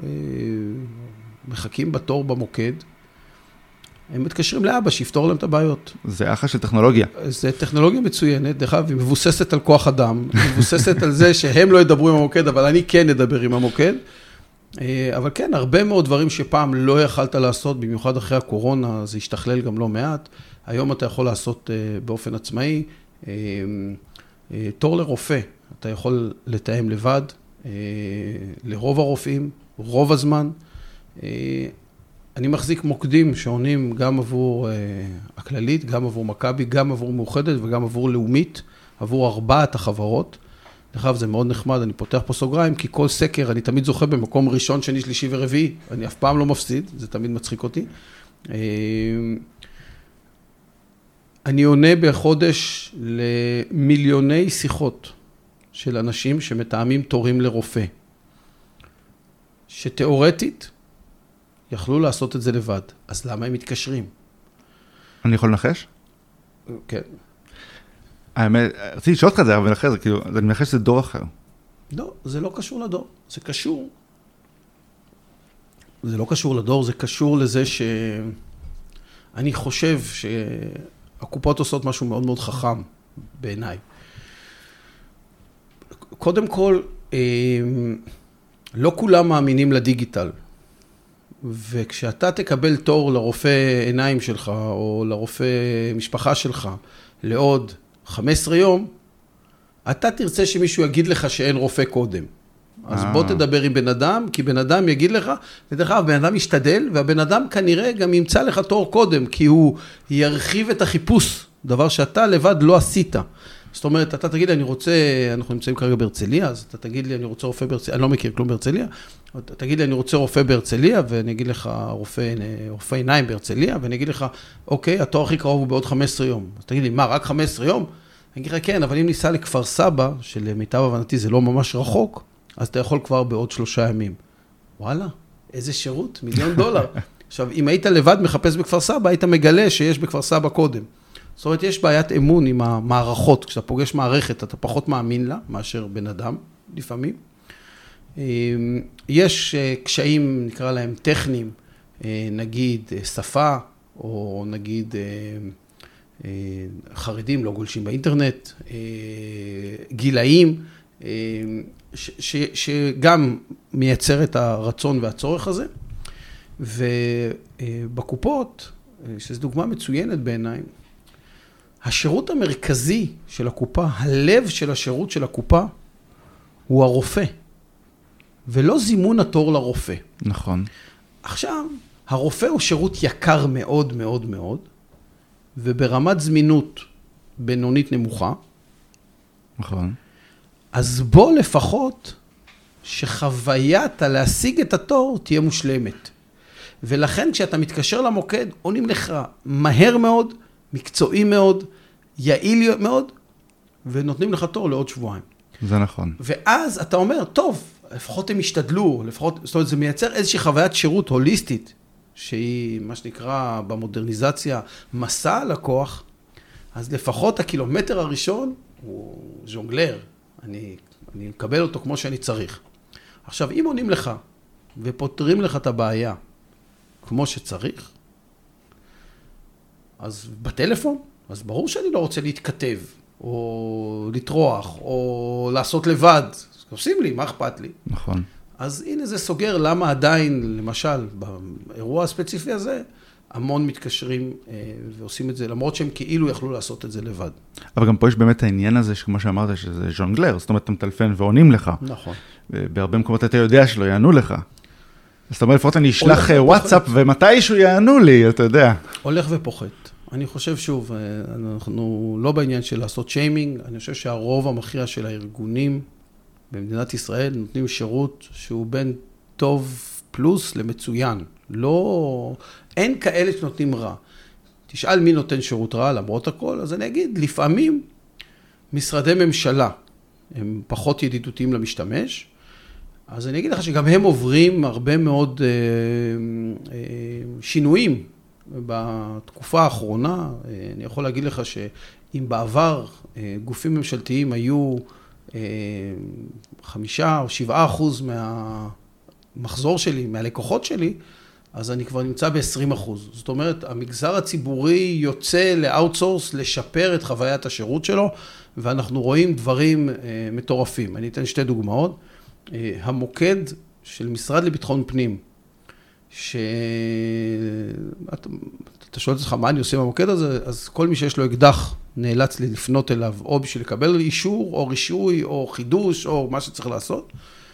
מחכים בתור במוקד, הם מתקשרים לאבא שיפתור להם את הבעיות. זה אחלה של טכנולוגיה. זה טכנולוגיה מצוינת, דרך אגב, היא מבוססת על כוח אדם, היא מבוססת על זה שהם לא ידברו עם המוקד, אבל אני כן אדבר עם המוקד. אבל כן, הרבה מאוד דברים שפעם לא יכלת לעשות, במיוחד אחרי הקורונה, זה השתכלל גם לא מעט. היום אתה יכול לעשות באופן עצמאי, תור לרופא, אתה יכול לתאם לבד, לרוב הרופאים, רוב הזמן. אני מחזיק מוקדים שעונים גם עבור הכללית, גם עבור מכבי, גם עבור מאוחדת וגם עבור לאומית, עבור ארבעת החברות. דרך אגב, זה מאוד נחמד, אני פותח פה סוגריים, כי כל סקר אני תמיד זוכה במקום ראשון, שני, שלישי ורביעי. אני אף פעם לא מפסיד, זה תמיד מצחיק אותי. אני עונה בחודש למיליוני שיחות של אנשים שמתאמים תורים לרופא, שתיאורטית יכלו לעשות את זה לבד. אז למה הם מתקשרים? אני יכול לנחש? כן. האמת, רציתי לשאול אותך את זה, אבל אחרי זה, כאילו, אני מנחש שזה דור אחר. לא, זה לא קשור לדור. זה קשור. זה לא קשור לדור, זה קשור לזה ש... אני חושב שהקופות עושות משהו מאוד מאוד חכם בעיניי. קודם כל, לא כולם מאמינים לדיגיטל. וכשאתה תקבל תור לרופא עיניים שלך, או לרופא משפחה שלך, לעוד חמישה עשר יום, אתה תרצה שמישהו יגיד לך שאין רופא קודם. אז בוא תדבר עם בן אדם, כי בן אדם יגיד לך, ודרך אגב, בן אדם ישתדל, והבן אדם כנראה גם ימצא לך תור קודם, כי הוא ירחיב את החיפוש, דבר שאתה לבד לא עשית. זאת אומרת, אתה תגיד לי, אני רוצה, אנחנו נמצאים כרגע בהרצליה, אז אתה תגיד לי, אני רוצה רופא בהרצליה, אני לא מכיר כלום בהרצליה, אתה תגיד לי, אני רוצה רופא בהרצליה, ואני אגיד לך, רופא, רופא עיניים בהרצליה, ואני אגיד לך, אוקיי, התואר הכי קרוב הוא בעוד חמישה עשר יום. אז תגיד לי, מה, רק חמישה עשר יום? אני אגיד לך, כן, אבל אם ניסע לכפר סבא, שלמיטב הבנתי זה לא ממש רחוק, אז אתה יכול כבר בעוד שלושה ימים. וואלה, איזה שירות, מיליון דולר. עכשיו, אם היית לבד מחפש בכפר סבא, היית מגלה שיש בכפר סבא קודם. זאת אומרת, יש בעיית אמון עם המערכות. כשאתה פוגש מערכת, אתה פחות מאמין לה, מאשר בן אדם, לפעמים. יש קשיים, נקרא להם טכניים, נגיד שפה, או נגיד חרדים לא גולשים באינטרנט, גילאים, ש, ש, שגם מייצר את הרצון והצורך הזה. ובקופות, שזו דוגמה מצוינת בעיניי, השירות המרכזי של הקופה, הלב של השירות של הקופה, הוא הרופא, ולא זימון התור לרופא. נכון. עכשיו, הרופא הוא שירות יקר מאוד מאוד מאוד, וברמת זמינות בינונית נמוכה. נכון. אז בוא לפחות שחוויית להשיג את התור תהיה מושלמת. ולכן כשאתה מתקשר למוקד, עונים לך מהר מאוד, מקצועי מאוד, יעיל מאוד, ונותנים לך תור לעוד שבועיים. זה נכון. ואז אתה אומר, טוב, לפחות הם ישתדלו, לפחות, זאת אומרת, זה מייצר איזושהי חוויית שירות הוליסטית, שהיא, מה שנקרא, במודרניזציה, מסע הלקוח, אז לפחות הקילומטר הראשון הוא ז'ונגלר, אני, אני מקבל אותו כמו שאני צריך. עכשיו, אם עונים לך ופותרים לך את הבעיה כמו שצריך, אז בטלפון, אז ברור שאני לא רוצה להתכתב, או לטרוח, או לעשות לבד. עושים לי, מה אכפת לי? נכון. אז הנה זה סוגר למה עדיין, למשל, באירוע הספציפי הזה, המון מתקשרים ועושים את זה, למרות שהם כאילו יכלו לעשות את זה לבד. אבל גם פה יש באמת העניין הזה, שכמו שאמרת, שזה ז'ונגלר, זאת אומרת, אתה מטלפן ועונים לך. נכון. בהרבה מקומות אתה יודע שלא יענו לך. אז אתה אומר, לפחות אני אשלח וואטסאפ, ומתישהו יענו לי, אתה יודע. הולך ופוחת. אני חושב שוב, אנחנו לא בעניין של לעשות שיימינג, אני חושב שהרוב המכריע של הארגונים במדינת ישראל נותנים שירות שהוא בין טוב פלוס למצוין. לא, אין כאלה שנותנים רע. תשאל מי נותן שירות רע למרות הכל, אז אני אגיד, לפעמים משרדי ממשלה הם פחות ידידותיים למשתמש, אז אני אגיד לך שגם הם עוברים הרבה מאוד אה, אה, שינויים בתקופה האחרונה. אני יכול להגיד לך שאם בעבר אה, גופים ממשלתיים היו אה, חמישה או שבעה אחוז מהמחזור שלי, מהלקוחות שלי, אז אני כבר נמצא ב-עשרים אחוז. זאת אומרת, המגזר הציבורי יוצא לאוטסורס לשפר את חוויית השירות שלו, ואנחנו רואים דברים אה, מטורפים. אני אתן שתי דוגמאות. אה, המוקד של משרד לביטחון פנים, שאתה שואל אותך מה אני עושה במוקד הזה, אז כל מי שיש לו אקדח נאלץ לי לפנות אליו, או בשביל לקבל אישור, או רישוי, או חידוש, או מה שצריך לעשות.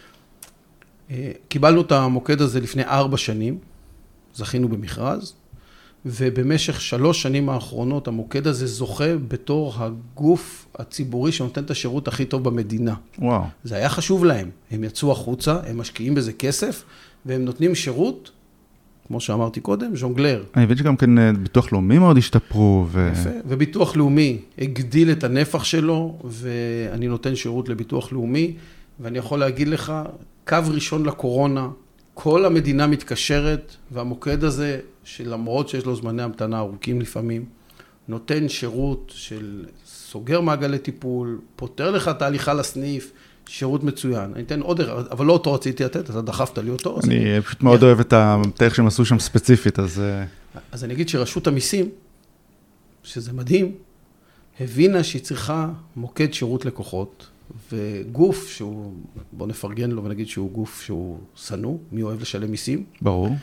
אה, קיבלנו את המוקד הזה לפני ארבע שנים, זכינו במכרז, ובמשך שלוש שנים האחרונות המוקד הזה זוכה בתור הגוף הציבורי שנותן את השירות הכי טוב במדינה. וואו. זה היה חשוב להם. הם יצאו החוצה, הם משקיעים בזה כסף, והם נותנים שירות, כמו שאמרתי קודם, ז'ונגלר. אני מבין שגם כן ביטוח לאומי מאוד השתפרו. ו... יפה. וביטוח לאומי הגדיל את הנפח שלו, ואני נותן שירות לביטוח לאומי, ואני יכול להגיד לך, קו ראשון לקורונה, כל המדינה מתקשרת, והמוקד הזה, שלמרות שיש לו זמני המתנה ארוכים לפעמים, נותן שירות של סוגר מעגלי טיפול, פותר לך תהליכה לסניף, שירות מצוין. אני אתן עוד, אבל לא אותו רציתי לתת, אתה דחפת לי אותו. אני, אני פשוט מאוד אוהב את התהליך שהם עשו שם ספציפית, אז... אז אני אגיד שרשות המיסים, שזה מדהים, הבינה שהיא צריכה מוקד שירות לקוחות, וגוף שהוא, בוא נפרגן לו ונגיד שהוא גוף שהוא סנוע, מי אוהב לשלם מיסים. ברור.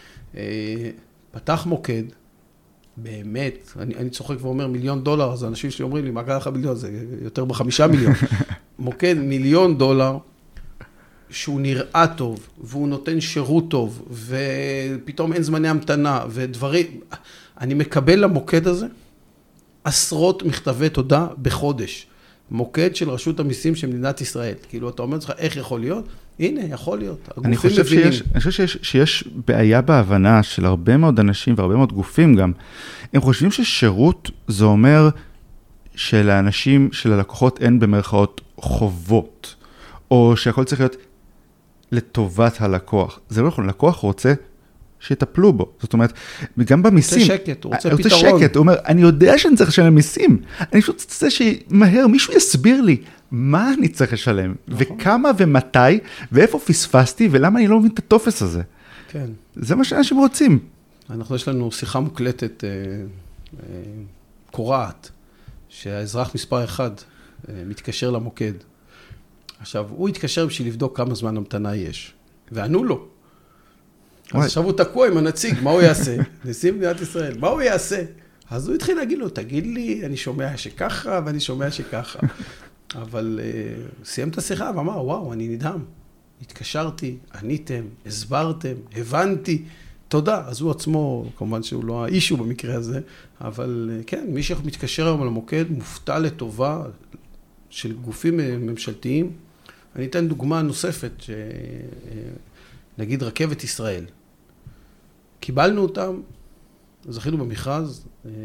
פתח מוקד, באמת, אני, אני צוחק ואומר מיליון דולר, אז האנשים שלי אומרים לי, מה קרה לך מיליון? זה יותר בחמישה מיליון. מוקד מיליון דולר, שהוא נראה טוב, והוא נותן שירות טוב, ופתאום אין זמני המתנה, ודברים, אני מקבל למוקד הזה עשרות מכתבי תודה בחודש. מוקד של רשות המיסים של מדינת ישראל. כאילו, אתה אומר לך, איך יכול להיות? הנה, יכול להיות. אני חושב שיש, אני חושב שיש, שיש בעיה בהבנה של הרבה מאוד אנשים והרבה מאוד גופים גם. הם חושבים ששירות זה אומר שלאנשים, שללקוחות אין במרכאות חובות, או שהכל צריך להיות לטובת הלקוח. זה לא נכון, לקוח רוצה שיטפלו בו. זאת אומרת, גם במיסים... רוצה שקט, הוא רוצה פתרון. רוצה שקט, הוא אומר, אני יודע שאני צריך לשלם מיסים. אני פשוט רוצה שמהר מישהו יסביר לי מה אני צריך לשלם, וכמה ומתי, ואיפה פספסתי, ולמה אני לא מבין את הטופס הזה. כן. זה מה שאנשים רוצים. אנחנו, יש לנו שיחה מוקלטת קורעת, שהאזרח מספר אחד מתקשר למוקד. עכשיו, הוא התקשר בשביל לבדוק כמה זמן המתנה יש, וענו לו. אז עכשיו הוא תקוע עם הנציג, מה הוא יעשה? נשיא מדינת ישראל, מה הוא יעשה? אז הוא התחיל להגיד לו, תגיד לי, אני שומע שככה, ואני שומע שככה. אבל uh, סיים את השיחה ואמר, וואו, אני נדהם. התקשרתי, עניתם, הסברתם, הבנתי, תודה. אז הוא עצמו, כמובן שהוא לא האישו במקרה הזה, אבל uh, כן, מי שמתקשר היום על המוקד, מופתע לטובה של גופים ממשלתיים. אני אתן דוגמה נוספת, ש... נגיד רכבת ישראל. קיבלנו אותם, זכינו במכרז,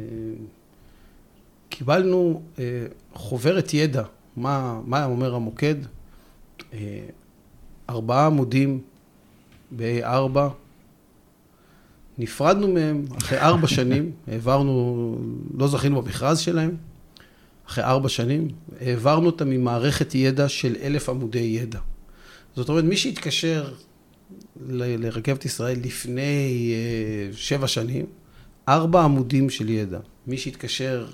קיבלנו חוברת ידע, מה, מה אומר המוקד, ארבעה עמודים ב-A ארבע, נפרדנו מהם אחרי ארבע שנים, העברנו, לא זכינו במכרז שלהם, אחרי ארבע שנים, העברנו אותם ממערכת ידע של אלף עמודי ידע. זאת אומרת, מי שהתקשר ל- לרכבת ישראל לפני uh, שבע שנים, ארבע עמודים של ידע. מי שהתקשר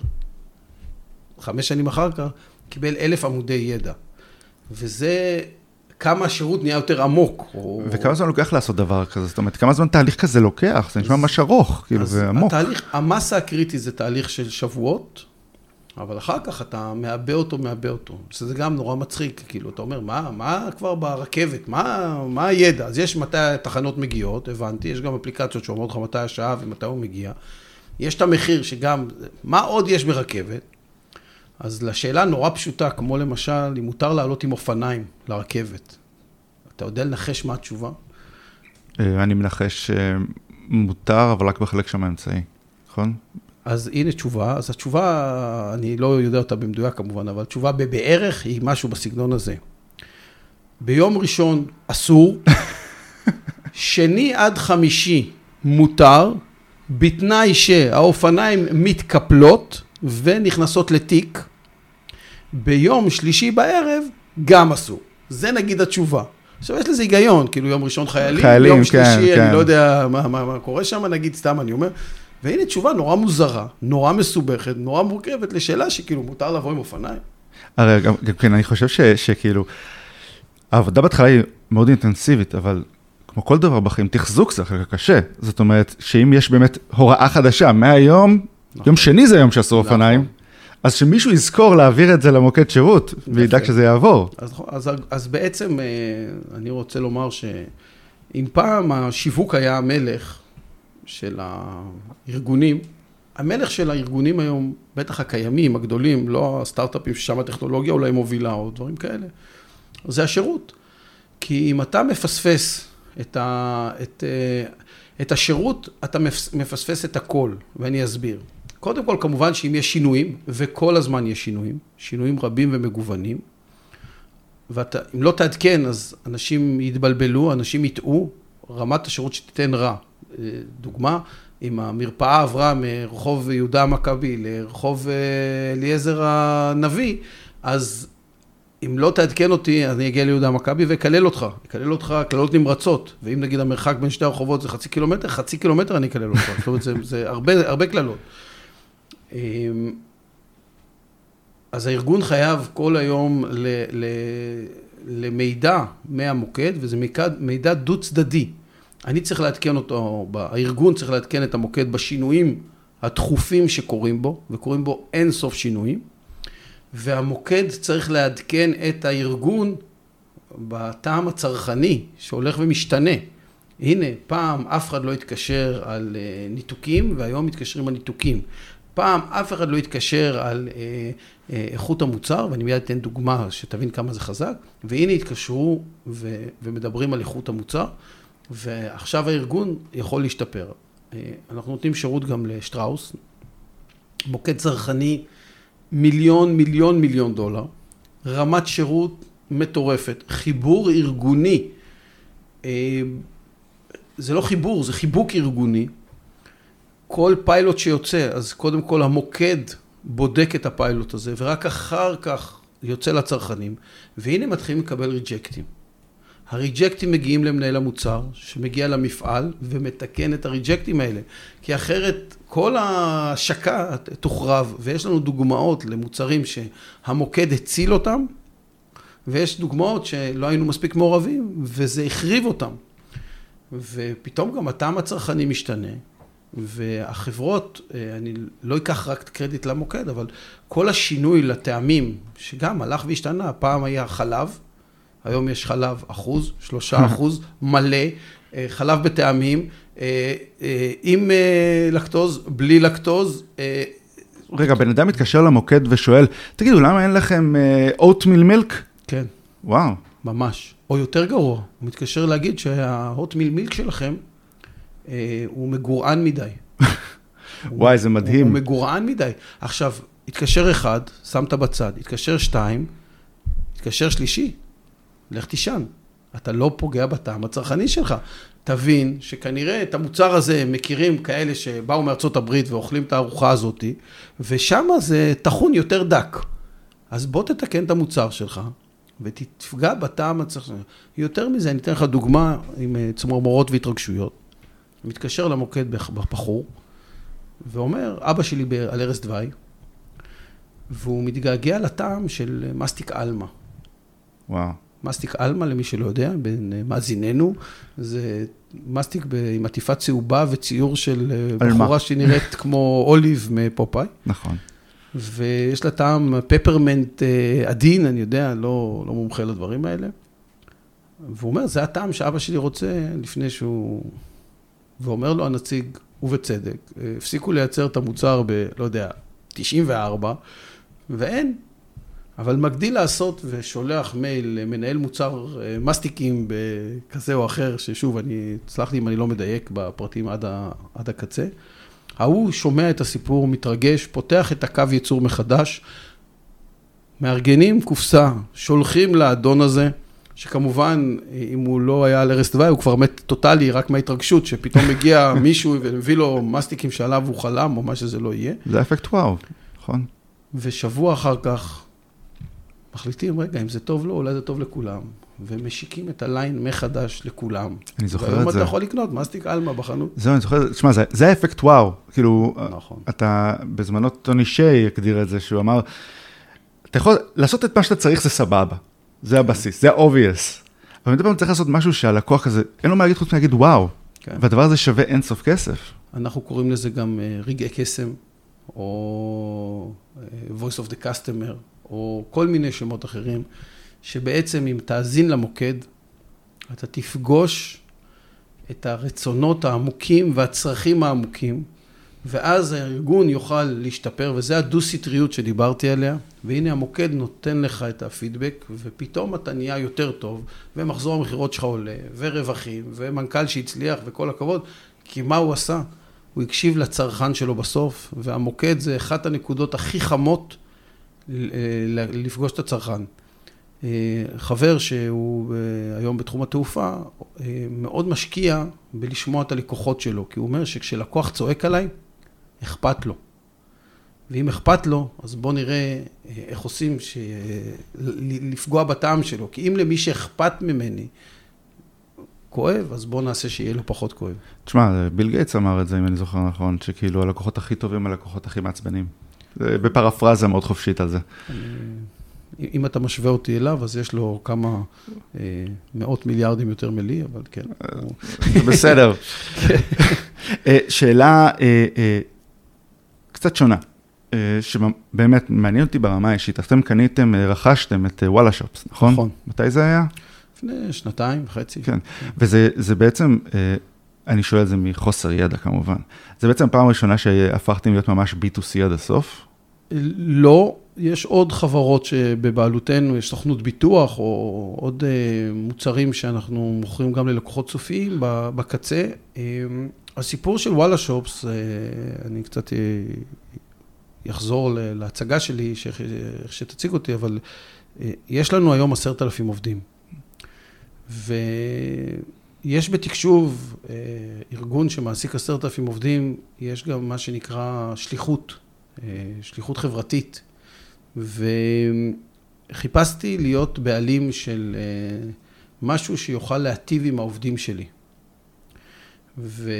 חמש שנים אחר כך, קיבל אלף עמודי ידע. וזה כמה השירות נהיה יותר עמוק. או... וכמה זמן לוקח לעשות דבר כזה? זאת אומרת, כמה זמן תהליך כזה לוקח? זה נשמע ממש ארוך, כאילו, ועמוק. התהליך, המסה הקריטית זה תהליך של שבועות, אבל אחר כך אתה מעבה אותו, מעבה אותו. שזה גם נורא מצחיק, כאילו, אתה אומר, מה, מה כבר ברכבת? מה, מה הידע? אז יש מתי תחנות מגיעות, הבנתי, יש גם אפליקציות שאומרות לך מתי השעה ומתי הוא מגיע. יש את המחיר שגם, מה עוד יש ברכבת? אז לשאלה נורא פשוטה, כמו למשל, אם מותר לעלות עם אופניים לרכבת, אתה יודע לנחש מה התשובה? אני מנחש מותר, אבל רק בחלק שם האמצעי, נכון? אז הנה תשובה, אז התשובה, אני לא יודע אותה במדויק כמובן, אבל התשובה בערך היא משהו בסגנון הזה. ביום ראשון אסור, שני עד חמישי מותר, בתנאי שהאופניים מתקפלות ונכנסות לתיק, ביום שלישי בערב גם אסור. זה נגיד התשובה. עכשיו יש לזה היגיון, כאילו יום ראשון חיילים, חיילים יום שלישי, כן, אני כן. לא יודע מה, מה, מה קורה שם, נגיד סתם אני אומר, והנה תשובה נורא מוזרה, נורא מסובכת, נורא מורכבת לשאלה שכאילו מותר לבוא עם אופניים. הרי גם, גם כן, אני חושב ש, שכאילו, העבודה בהתחלה היא מאוד אינטנסיבית, אבל כמו כל דבר בחיים, תחזוק זה אחר קשה. זאת אומרת, שאם יש באמת הוראה חדשה, מהיום, נכון. יום שני זה היום שאסור נכון. אופניים, אז שמישהו יזכור להעביר את זה למוקד שירות, וידאג שזה יעבור. אז, אז, אז בעצם אני רוצה לומר שאם פעם השיווק היה המלך של הארגונים, המלך של הארגונים היום, בטח הקיימים, הגדולים, לא הסטארט-אפים ששם הטכנולוגיה אולי מובילה או דברים כאלה, זה השירות. כי אם אתה מפספס את, ה, את, את השירות, אתה מפספס את הכל, ואני אסביר. קודם כל, כמובן שאם יש שינויים, וכל הזמן יש שינויים, שינויים רבים ומגוונים, ואם לא תעדכן, אז אנשים יתבלבלו, אנשים יטעו, רמת השירות שתיתן רע. דוגמה, אם המרפאה עברה מרחוב יהודה המכבי לרחוב אליעזר הנביא, אז אם לא תעדכן אותי, אז אני אגיע ליהודה המכבי ואקלל אותך, אקלל אותך קללות נמרצות, ואם נגיד המרחק בין שתי הרחובות זה חצי קילומטר, חצי קילומטר אני אקלל אותך, זאת אומרת, זה, זה הרבה, הרבה קללות. אז הארגון חייב כל היום ל, ל, למידע מהמוקד, וזה מידע דו צדדי. אני צריך לעדכן אותו, הארגון צריך לעדכן את המוקד בשינויים התכופים שקורים בו, וקורים בו אין סוף שינויים, והמוקד צריך לעדכן את הארגון בטעם הצרכני שהולך ומשתנה. הנה, פעם אף אחד לא התקשר על ניתוקים, והיום מתקשרים על ניתוקים. פעם אף אחד לא התקשר על אה, אה, איכות המוצר, ואני מיד אתן דוגמה שתבין כמה זה חזק, והנה התקשרו ו, ומדברים על איכות המוצר, ועכשיו הארגון יכול להשתפר. אה, אנחנו נותנים שירות גם לשטראוס, מוקד צרכני מיליון, מיליון, מיליון דולר, רמת שירות מטורפת, חיבור ארגוני, אה, זה לא חיבור, זה חיבוק ארגוני, כל פיילוט שיוצא, אז קודם כל המוקד בודק את הפיילוט הזה, ורק אחר כך יוצא לצרכנים, והנה מתחילים לקבל ריג'קטים. הריג'קטים מגיעים למנהל המוצר, שמגיע למפעל ומתקן את הריג'קטים האלה. כי אחרת כל ההשקה תוחרב, ויש לנו דוגמאות למוצרים שהמוקד הציל אותם, ויש דוגמאות שלא היינו מספיק מעורבים, וזה החריב אותם. ופתאום גם הטעם הצרכני משתנה, והחברות, אני לא אקח רק קרדיט למוקד, אבל כל השינוי לטעמים, שגם הלך והשתנה, פעם היה חלב, היום יש חלב אחוז, שלושה אחוז, מלא, חלב בטעמים, עם לקטוז, בלי לקטוז. רגע, בן אדם מתקשר למוקד ושואל, תגידו, למה אין לכם אוטמיל מילק? כן. וואו. ממש. או יותר גרוע, הוא מתקשר להגיד שהאוטמיל מילק שלכם, הוא מגורען מדי. וואי, זה מדהים. הוא מגורען מדי. עכשיו, התקשר אחד, שמת בצד, התקשר שתיים, התקשר שלישי, לך תישן. אתה לא פוגע בטעם הצרכני שלך. תבין שכנראה את המוצר הזה מכירים כאלה שבאו מארצות הברית ואוכלים את הארוחה הזאת, ושם זה תחון יותר דק. אז בוא תתקן את המוצר שלך, ותפגע בטעם הצרכני. יותר מזה, אני אתן לך דוגמה עם צמרמורות והתרגשויות. מתקשר למוקד בחור, ואומר, אבא שלי על ערש דווי, והוא מתגעגע לטעם של מסטיק אלמה. וואו. מסטיק אלמה, למי שלא יודע, בין מאזיננו, זה מסטיק עם עטיפה צהובה וציור של בחורה שנראית כמו אוליב מפופאי. נכון. ויש לה טעם פפרמנט עדין, אני יודע, לא, לא מומחה לדברים האלה. והוא אומר, זה הטעם שאבא שלי רוצה לפני שהוא... ואומר לו הנציג, ובצדק, הפסיקו לייצר את המוצר ב, לא יודע, תשעים וארבע, ואין. אבל מגדיל לעשות ושולח מייל למנהל מוצר מסטיקים בכזה או אחר, ששוב, אני, תסלח לי אם אני לא מדייק בפרטים עד, ה, עד הקצה. ההוא שומע את הסיפור, מתרגש, פותח את הקו ייצור מחדש, מארגנים קופסה, שולחים לאדון הזה, שכמובן, אם הוא לא היה על ערש דווי, הוא כבר מת טוטלי, רק מההתרגשות, שפתאום מגיע מישהו ומביא לו מסטיקים שעליו הוא חלם, או מה שזה לא יהיה. זה אפקט וואו, נכון. ושבוע אחר כך, מחליטים, רגע, אם זה טוב לו, אולי זה טוב לכולם. ומשיקים את הליין מחדש לכולם. אני זוכר את זה. והיום אתה יכול לקנות מסטיק אלמה בחנות. זהו, אני זוכר, תשמע, זה, זה האפקט וואו. כאילו, נכון. אתה, בזמנו טוני שיי הגדיר את זה, שהוא אמר, אתה יכול לעשות את מה שאתה צריך, זה סבבה. זה הבסיס, זה ה-obvious. אבל מדי פעם צריך לעשות משהו שהלקוח הזה, אין לו מה להגיד חוץ מלהגיד וואו. כן. והדבר הזה שווה אין סוף כסף. אנחנו קוראים לזה גם רגעי קסם, או voice of the customer, או כל מיני שמות אחרים, שבעצם אם תאזין למוקד, אתה תפגוש את הרצונות העמוקים והצרכים העמוקים, ואז הארגון יוכל להשתפר, וזה הדו-סטריות שדיברתי עליה, והנה המוקד נותן לך את הפידבק, ופתאום אתה נהיה יותר טוב, ומחזור המחירות שלך עולה, ורווחים, ומנכ"ל שהצליח, וכל הכבוד, כי מה הוא עשה? הוא הקשיב לצרכן שלו בסוף, והמוקד זה אחת הנקודות הכי חמות לפגוש את הצרכן. חבר שהוא היום בתחום התעופה, מאוד משקיע בלשמוע את הלקוחות שלו, כי הוא אומר שכשלקוח צועק עליי, אכפת לו. ואם אכפת לו, אז בוא נראה איך עושים לפגוע בטעם שלו. כי אם למי שאכפת ממני כואב, אז בוא נעשה שיהיה לו פחות כואב. תשמע, ביל גייטס אמר את זה, אם אני זוכר נכון, שכאילו הלקוחות הכי טובים, הלקוחות הכי מעצבנים. בפרפרזה מאוד חופשית על זה. אם אתה משווה אותי אליו, אז יש לו כמה מאות מיליארדים יותר מלי, אבל כן. זה בסדר. שאלה קצת שונה, שבאמת מעניין אותי ברמה האישית. אתם קניתם, רכשתם את וואלה שופס, נכון? נכון. מתי זה היה? לפני שנתיים וחצי. כן, וזה בעצם, אני שואל את זה מחוסר ידע כמובן, זה בעצם הפעם הראשונה שהפכתם להיות ממש בי טו סי עד הסוף? לא, יש עוד חברות שבבעלותנו, יש סוכנות ביטוח, או עוד מוצרים שאנחנו מוכרים גם ללקוחות סופיים בקצה. הסיפור של וואלה שופס, אני קצת יחזור להצגה שלי, שתציג אותי, אבל יש לנו היום עשרת אלפים עובדים. ויש בתקשוב ארגון שמעסיק עשרת אלפים עובדים, יש גם מה שנקרא שליחות, שליחות חברתית. וחיפשתי להיות בעלים של משהו שיוכל להטיב עם העובדים שלי. ו...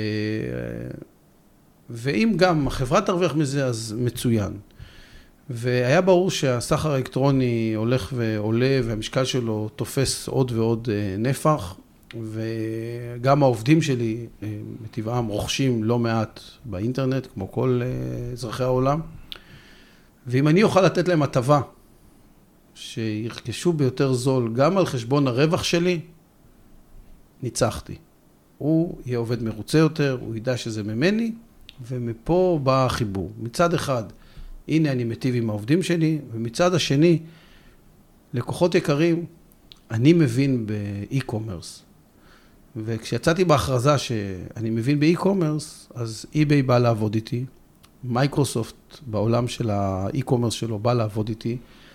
ואם גם החברה תרוויח מזה, אז מצוין. והיה ברור שהסחר האלקטרוני הולך ועולה, והמשקל שלו תופס עוד ועוד נפח, וגם העובדים שלי, מטבעם, רוכשים לא מעט באינטרנט, כמו כל אזרחי העולם. ואם אני אוכל לתת להם הטבה, שירכשו ביותר זול, גם על חשבון הרווח שלי, ניצחתי. הוא יהיה עובד מרוצה יותר, הוא ידע שזה ממני, ומפה בא החיבור. מצד אחד, הנה אני מטיב עם העובדים שלי, ומצד השני, לקוחות יקרים, אני מבין באי-קומרס. וכשיצאתי בהכרזה שאני מבין באי-קומרס, אז eBay בא לעבוד איתי, מייקרוסופט בעולם של האי-קומרס שלו בא לעבוד איתי,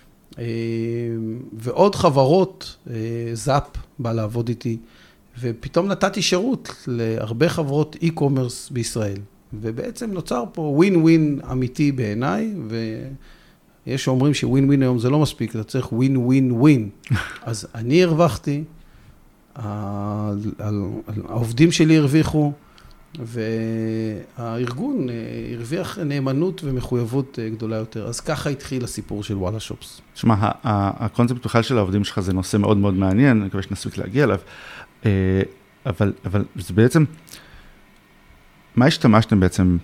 ועוד חברות, זאפ בא לעבוד איתי, ופתאום נתתי שירות להרבה חברות אי-קומרס בישראל. ובעצם נוצר פה ווין ווין אמיתי בעיניי, ויש שאומרים שווין ווין היום זה לא מספיק, אתה צריך ווין ווין ווין. אז אני הרווחתי, העובדים שלי הרוויחו, והארגון הרוויח נאמנות ומחויבות גדולה יותר. אז ככה התחיל הסיפור של וואלה שופס. תשמע, הקונספט בכלל של העובדים שלך זה נושא מאוד מאוד מעניין, אני מקווה שנספיק להגיע אליו, אבל, אבל זה בעצם, מה השתמשתם בעצם,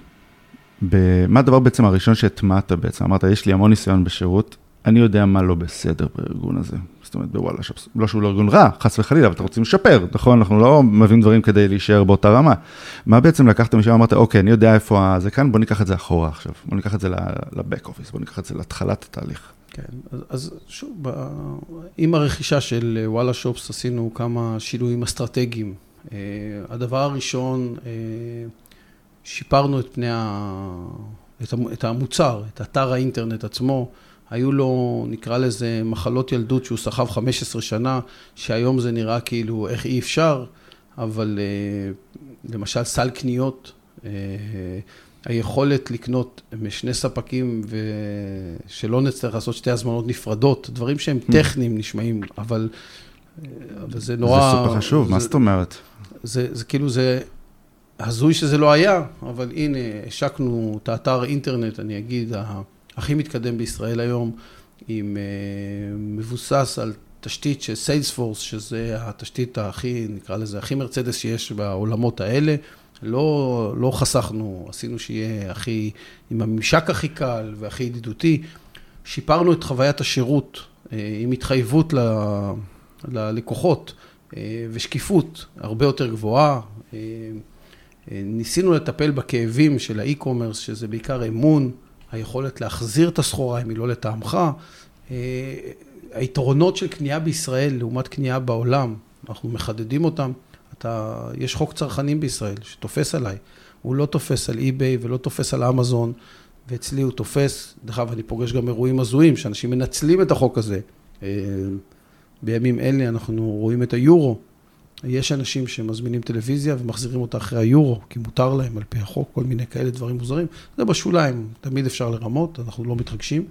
מה הדבר בעצם הראשון שהטמעת בעצם? אמרת, יש לי המון ניסיון בשירות, אני יודע מה לא בסדר בארגון הזה. זאת אומרת, בוואלה שופס, לא שהוא לא ארגון רע, חס וחלילה, אבל אתם רוצים לשפר, נכון? אנחנו לא מביאים דברים כדי להישאר באותה רמה. מה בעצם לקחתם משם, אמרת, אוקיי, אני יודע איפה זה כאן, בוא ניקח את זה אחורה עכשיו, בוא ניקח את זה לבק אופיס, בוא ניקח את זה להתחלת התהליך. כן, אז, אז שוב, עם הרכישה של וואלה שופס עשינו כמה שינויים אסטרטגיים. הדבר הראשון, שיפרנו את פני ה... את המוצר, את אתר האינטרנט עצמו, היו לו, נקרא לזה, מחלות ילדות שהוא סחב חמש עשרה שנה, שהיום זה נראה כאילו איך אי אפשר, אבל למשל סל קניות, היכולת לקנות משני ספקים ושלא נצטרך לעשות שתי הזמנות נפרדות, דברים שהם טכניים נשמעים, אבל, אבל זה נורא... זה סופר חשוב, זה, מה זאת אומרת? זה, זה כאילו זה... הזוי שזה לא היה, אבל הנה, השקנו את האתר אינטרנט, אני אגיד, הכי מתקדם בישראל היום, עם מבוסס על תשתית של סיילספורס, שזה התשתית הכי, נקרא לזה, הכי מרצדס שיש בעולמות האלה. לא, לא חסכנו, עשינו שיהיה הכי, עם הממשק הכי קל והכי ידידותי. שיפרנו את חוויית השירות, עם התחייבות ל, ללקוחות, ושקיפות הרבה יותר גבוהה. ניסינו לטפל בכאבים של האי-קומרס, שזה בעיקר אמון, היכולת להחזיר את הסחורה, אם היא לא לטעמך. היתרונות של קנייה בישראל לעומת קנייה בעולם, אנחנו מחדדים אותם. אתה, יש חוק צרכנים בישראל שתופס עליי. הוא לא תופס על אי-ביי ולא תופס על אמזון, ואצלי הוא תופס. דרך אגב, אני פוגש גם אירועים הזויים, שאנשים מנצלים את החוק הזה. בימים אלה אנחנו רואים את היורו. יש אנשים שמזמינים טלוויזיה ומחזירים אותה אחרי היורו, כי מותר להם על פי החוק, כל מיני כאלה דברים מוזרים. זה בשוליים, תמיד אפשר לרמות, אנחנו לא מתרגשים.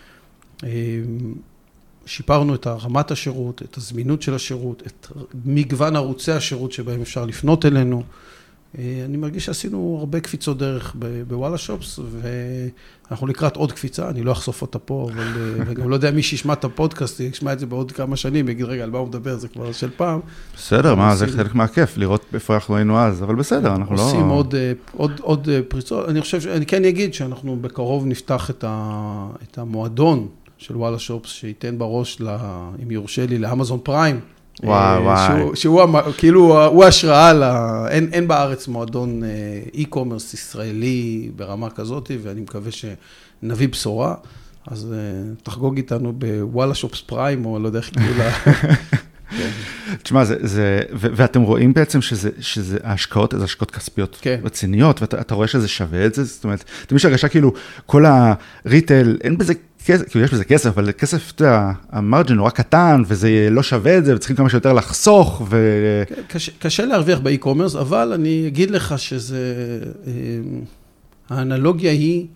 שיפרנו את רמת השירות, את הזמינות של השירות, את מגוון ערוצי השירות שבהם אפשר לפנות אלינו. אני מרגיש שעשינו הרבה קפיצות דרך בוואלה שופס, ואנחנו לקראת עוד קפיצה, אני לא אחשוף אותה פה, אבל גם לא יודע מי שישמע את הפודקאסט, ישמע את זה בעוד כמה שנים, יגיד, רגע, על מה הוא מדבר, זה כבר של פעם. בסדר, מה, זה חלק מהכיף, לראות איפה אנחנו היינו אז, אבל בסדר, אנחנו לא... עושים עוד פריצות, אני חושב, אני כן אגיד שאנחנו בקרוב נפתח את המועדון של וואלה שופס, שייתן בראש, אם יורשה לי, לאמזון פריים, וואי, וואי. שהוא כאילו, הוא השראה, אין, אין בארץ מועדון אי-קומרס ישראלי ברמה כזאת, ואני מקווה שנביא בשורה, אז תחגוג איתנו בוואלה שופס פריים, או לא יודע איך כאילו לה... תשמע, זה, זה, ו- ואתם רואים בעצם שזה, שזה ההשקעות, איזה השקעות כספיות כן. רציניות, ואתה אתה רואה שזה שווה את זה, זאת אומרת, אתם יש הרגשה כאילו, כל הריטל, אין בזה כסף, כאילו יש בזה כסף, אבל כסף, אתה יודע, המרג'ן נורא קטן, וזה לא שווה את זה, וצריכים כמה שיותר לחסוך, ו... קשה, קשה להרוויח באי-קומרס, אבל אני אגיד לך שזה, האנלוגיה היא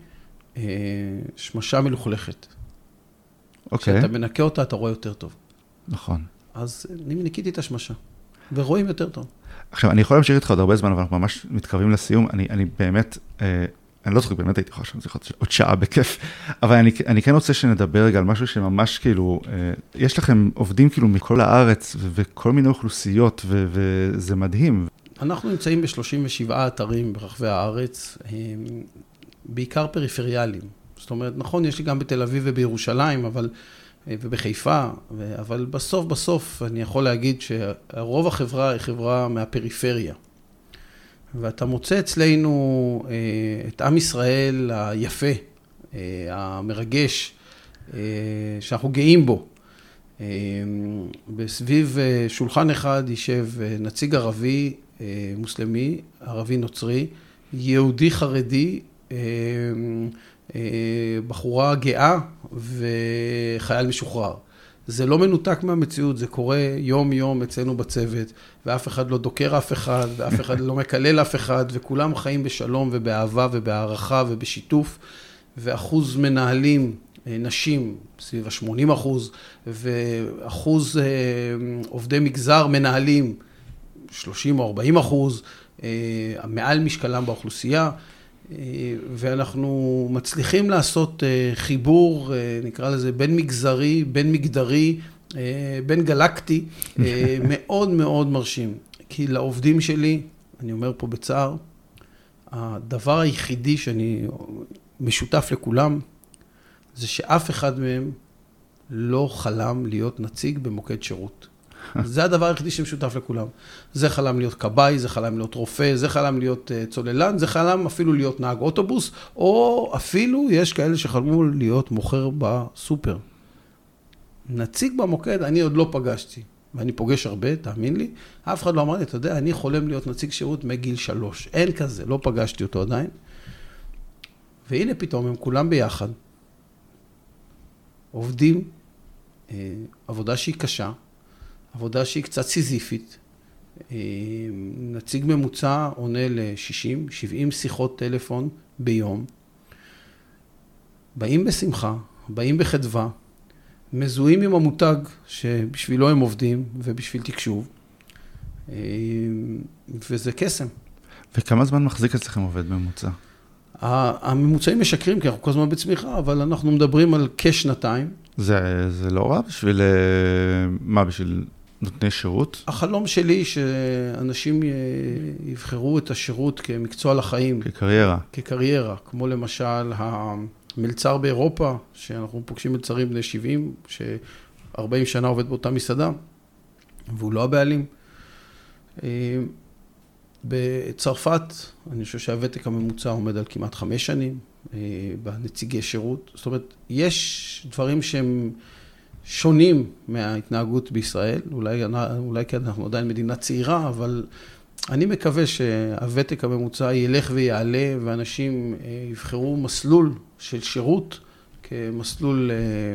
שמשה מלוכלכת. אוקיי. כשאתה מנקה אותה, אתה רואה יותר טוב. נכון. אז ניקיתי את השמשה, ורואים יותר טוב. עכשיו, אני יכול להמשיך איתך עוד הרבה זמן, אבל אנחנו ממש מתקרבים לסיום. אני, אני באמת, אה, אני לא זוכר, באמת הייתי חושב, זה עוד שעה בכיף, אבל אני, אני כן רוצה שנדבר רגע על משהו שממש כאילו, אה, יש לכם עובדים כאילו מכל הארץ, ו- וכל מיני אוכלוסיות, ו- וזה מדהים. אנחנו נמצאים ב-שלושים ושבעה אתרים ברחבי הארץ, בעיקר פריפריאליים. זאת אומרת, נכון, יש לי גם בתל אביב ובירושלים, אבל, ובחיפה, אבל בסוף בסוף אני יכול להגיד שרוב החברה היא חברה מהפריפריה. ואתה מוצא אצלנו את עם ישראל היפה, המרגש, שאנחנו גאים בו. בסביב שולחן אחד יישב נציג ערבי מוסלמי, ערבי נוצרי, יהודי חרדי, בחורה גאה וחייל משוחרר. זה לא מנותק מהמציאות, זה קורה יום יום אצלנו בצוות, ואף אחד לא דוקר אף אחד, ואף אחד לא מקלל אף אחד, וכולם חיים בשלום ובאהבה ובהערכה ובשיתוף, ואחוז מנהלים, נשים, סביב ה-שמונים אחוז, ואחוז עובדי מגזר מנהלים, שלושים או ארבעים אחוז, מעל משקלם באוכלוסייה, ואנחנו מצליחים לעשות חיבור, נקרא לזה, בין מגזרי, בין מגדרי, בין גלקטי, מאוד מאוד מרשים. כי לעובדים שלי, אני אומר פה בצער, הדבר היחידי שאני משותף לכולם, זה שאף אחד מהם לא חלם להיות נציג במוקד שירות. זה הדבר היחידי שמשותף לכולם. זה חלם להיות קבאי, זה חלם להיות רופא, זה חלם להיות צוללן, זה חלם אפילו להיות נהג אוטובוס, או אפילו יש כאלה שחלמו להיות מוכר בסופר. נציג במוקד, אני עוד לא פגשתי, ואני פוגש הרבה, תאמין לי, אף אחד לא אמר לי, אתה יודע, אני חולם להיות נציג שירות מגיל שלוש. אין כזה, לא פגשתי אותו עדיין. והנה פתאום הם כולם ביחד, עובדים, עבודה שהיא קשה, עבודה שהיא קצת סיזיפית, נציג ממוצע עונה ל-שישים שבעים שיחות טלפון ביום, באים בשמחה, באים בחדווה, מזוהים עם המותג שבשבילו הם עובדים ובשביל תקשוב, וזה קסם. וכמה זמן מחזיק אצלכם עובד ממוצע? הממוצעים משקרים, כי אנחנו כל הזמן בצמיחה, אבל אנחנו מדברים על כשנתיים. זה, זה לא רע בשביל, מה, בשביל נותני שירות? החלום שלי שאנשים יבחרו את השירות כמקצוע לחיים. כקריירה. כקריירה, כמו למשל המלצר באירופה, שאנחנו פוגשים מלצרים בני שבעים, ש-ארבעים שנה עובד באותה מסעדה, והוא לא הבעלים. בצרפת, אני חושב שהוותק הממוצע עומד על כמעט חמש שנים, בנציגי שירות. זאת אומרת, יש דברים שהם שונים מההתנהגות בישראל, אולי, אולי כי אנחנו עדיין מדינה צעירה, אבל אני מקווה שהוותק הממוצע ילך ויעלה, ואנשים יבחרו מסלול של שירות, כמסלול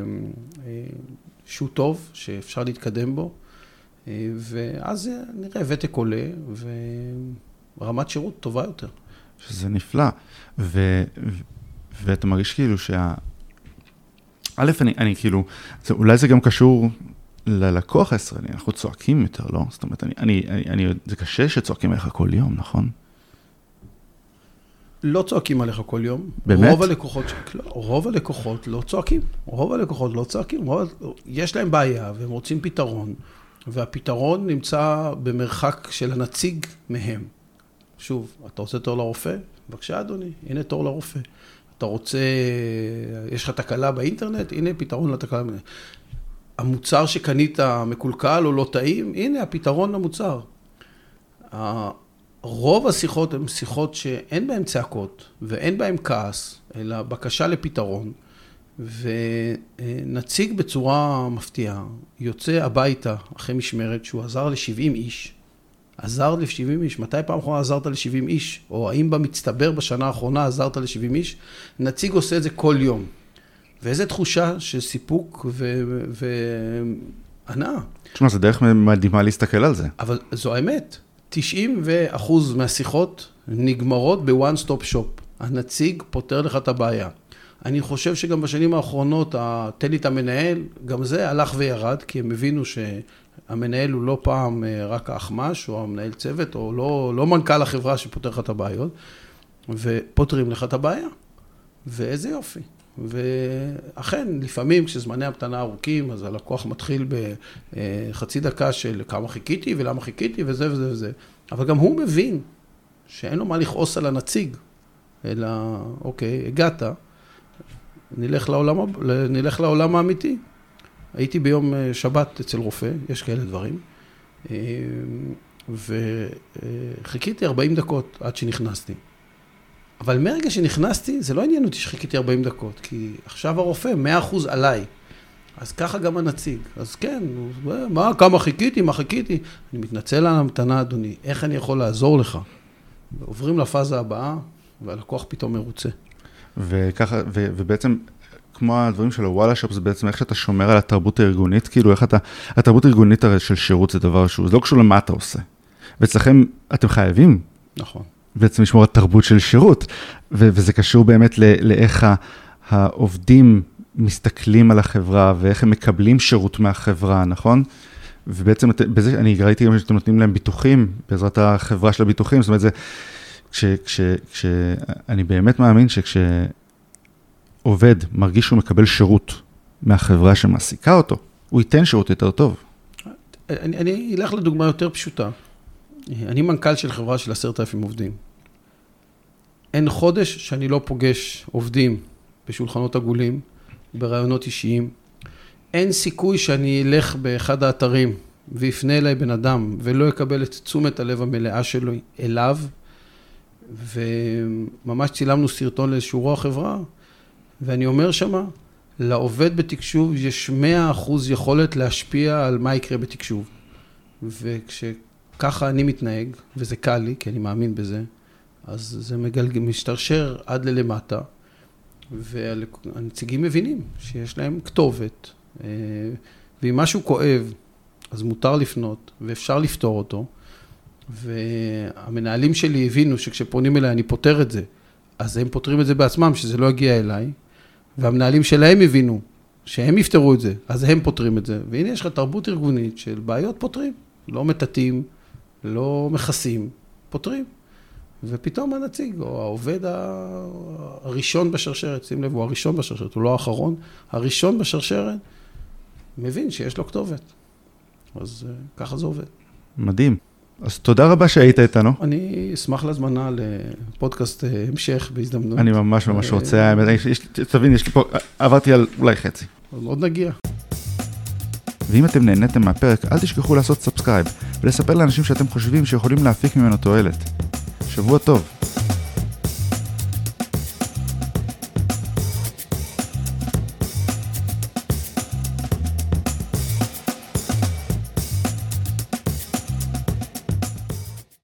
שהוא טוב, שאפשר להתקדם בו, ואז נראה ותק עולה, ורמת שירות טובה יותר. שזה נפלא, ו... ואתה מרגיש כאילו שה... א', אני, אני כאילו, זה, אולי זה גם קשור ללקוח הישראלי, אנחנו צועקים יותר, לא? זאת אומרת, אני, אני, אני, אני, זה קשה שצועקים עליך כל יום, נכון? לא צועקים עליך כל יום. באמת? רוב הלקוחות, לא, רוב הלקוחות לא צועקים. רוב הלקוחות לא צועקים. רוב, יש להם בעיה והם רוצים פתרון, והפתרון נמצא במרחק של הנציג מהם. שוב, אתה רוצה תור לרופא? בבקשה, אדוני, הנה תור לרופא. אתה רוצה, יש לך תקלה באינטרנט? הנה פתרון לתקלה. המוצר שקנית מקולקל או לא טעים? הנה הפתרון למוצר. רוב השיחות הן שיחות שאין בהן צעקות ואין בהן כעס, אלא בקשה לפתרון. ונציג בצורה מפתיעה, יוצא הביתה אחרי משמרת שהוא עזר ל-שבעים איש, עזר ל-שבעים איש, מתי פעם אחרונה עזרת ל-שבעים איש? או האם במצטבר בשנה האחרונה עזרת ל-שבעים איש? נציג עושה את זה כל יום. ואיזו תחושה של סיפוק והנאה. תשמע, זה דרך מדהימה להסתכל על זה. אבל זו האמת. תשעים אחוז מהשיחות נגמרות ב-one stop shop. הנציג פותר לך את הבעיה. אני חושב שגם בשנים האחרונות, תן לי את המנהל, גם זה הלך וירד, כי הם הבינו המנהל הוא לא פעם רק האחמש, או המנהל צוות, או לא, לא מנכ"ל החברה שפותר לך את הבעיות, ופותרים לך את הבעיה. ואיזה יופי. ואכן, לפעמים כשזמני המתנה ארוכים, אז הלקוח מתחיל בחצי דקה של כמה חיכיתי ולמה חיכיתי וזה וזה וזה. אבל גם הוא מבין שאין לו מה לכעוס על הנציג, אלא, אוקיי, הגעת, נלך לעולם, נלך לעולם האמיתי. הייתי ביום שבת אצל רופא, יש כאלה דברים, וחיכיתי ארבעים דקות עד שנכנסתי. אבל מרגע שנכנסתי, זה לא עניין אותי שחיכיתי ארבעים דקות, כי עכשיו הרופא מאה אחוז עליי. אז ככה גם הנציג. אז כן, מה, כמה חיכיתי, מה חיכיתי? אני מתנצל על המתנה, אדוני, איך אני יכול לעזור לך? עוברים לפאזה הבאה, והלקוח פתאום מרוצה. וככה, ו, ובעצם, כמו הדברים של הוואלה שופ, זה בעצם איך שאתה שומר על התרבות הארגונית, כאילו איך אתה, התרבות הארגונית הרי של שירות זה דבר שהוא, זה לא קשור למה אתה עושה. ואצלכם, אתם חייבים. נכון. בעצם לשמור על תרבות של שירות, ו- וזה קשור באמת ל- לאיך העובדים מסתכלים על החברה, ואיך הם מקבלים שירות מהחברה, נכון? ובעצם בזה, אני ראיתי גם שאתם נותנים להם ביטוחים, בעזרת החברה של הביטוחים, זאת אומרת, זה, כש, כש, כש, אני באמת מאמין שכשעובד מרגיש שהוא מקבל שירות מהחברה שמעסיקה אותו, הוא ייתן שירות יותר טוב. אני, אני אלך לדוגמה יותר פשוטה. אני מנכ"ל של חברה של עשרת אלפים עובדים. אין חודש שאני לא פוגש עובדים בשולחנות עגולים, ברעיונות אישיים. אין סיכוי שאני אלך באחד האתרים ויפנה אליי בן אדם ולא יקבל את תשומת הלב המלאה שלו אליו. וממש צילמנו סרטון לאיזשהו רוח חברה, ואני אומר שמה, לעובד בתקשוב יש מאה אחוז יכולת להשפיע על מה יקרה בתקשוב. וכשככה אני מתנהג, וזה קל לי, כי אני מאמין בזה, אז זה מגלגל, משתרשר עד ללמטה, והנציגים מבינים שיש להם כתובת, ואם משהו כואב, אז מותר לפנות, ואפשר לפתור אותו, והמנהלים שלי הבינו שכשפונים אליי אני פותר את זה, אז הם פותרים את זה בעצמם, שזה לא יגיע אליי, והמנהלים שלהם הבינו שהם יפתרו את זה, אז הם פותרים את זה. והנה יש לך תרבות ארגונית של בעיות פותרים, לא מטאטים, לא מכסים, פותרים. ופתאום הנציג, או העובד הראשון בשרשרת, שים לב, הוא הראשון בשרשרת, הוא לא האחרון, הראשון בשרשרת, מבין שיש לו כתובת. אז ככה זה עובד. מדהים. אז תודה רבה שהיית איתנו. אני אשמח להזמנה לפודקאסט המשך בהזדמנות. אני ממש ממש רוצה, תבין, יש לי פה, עברתי על אולי חצי. עוד נגיע. ואם אתם נהניתם מהפרק, אל תשכחו לעשות סאבסקרייב, ולספר לאנשים שאתם חושבים שיכולים להפיק ממנו תועלת. שבוע טוב.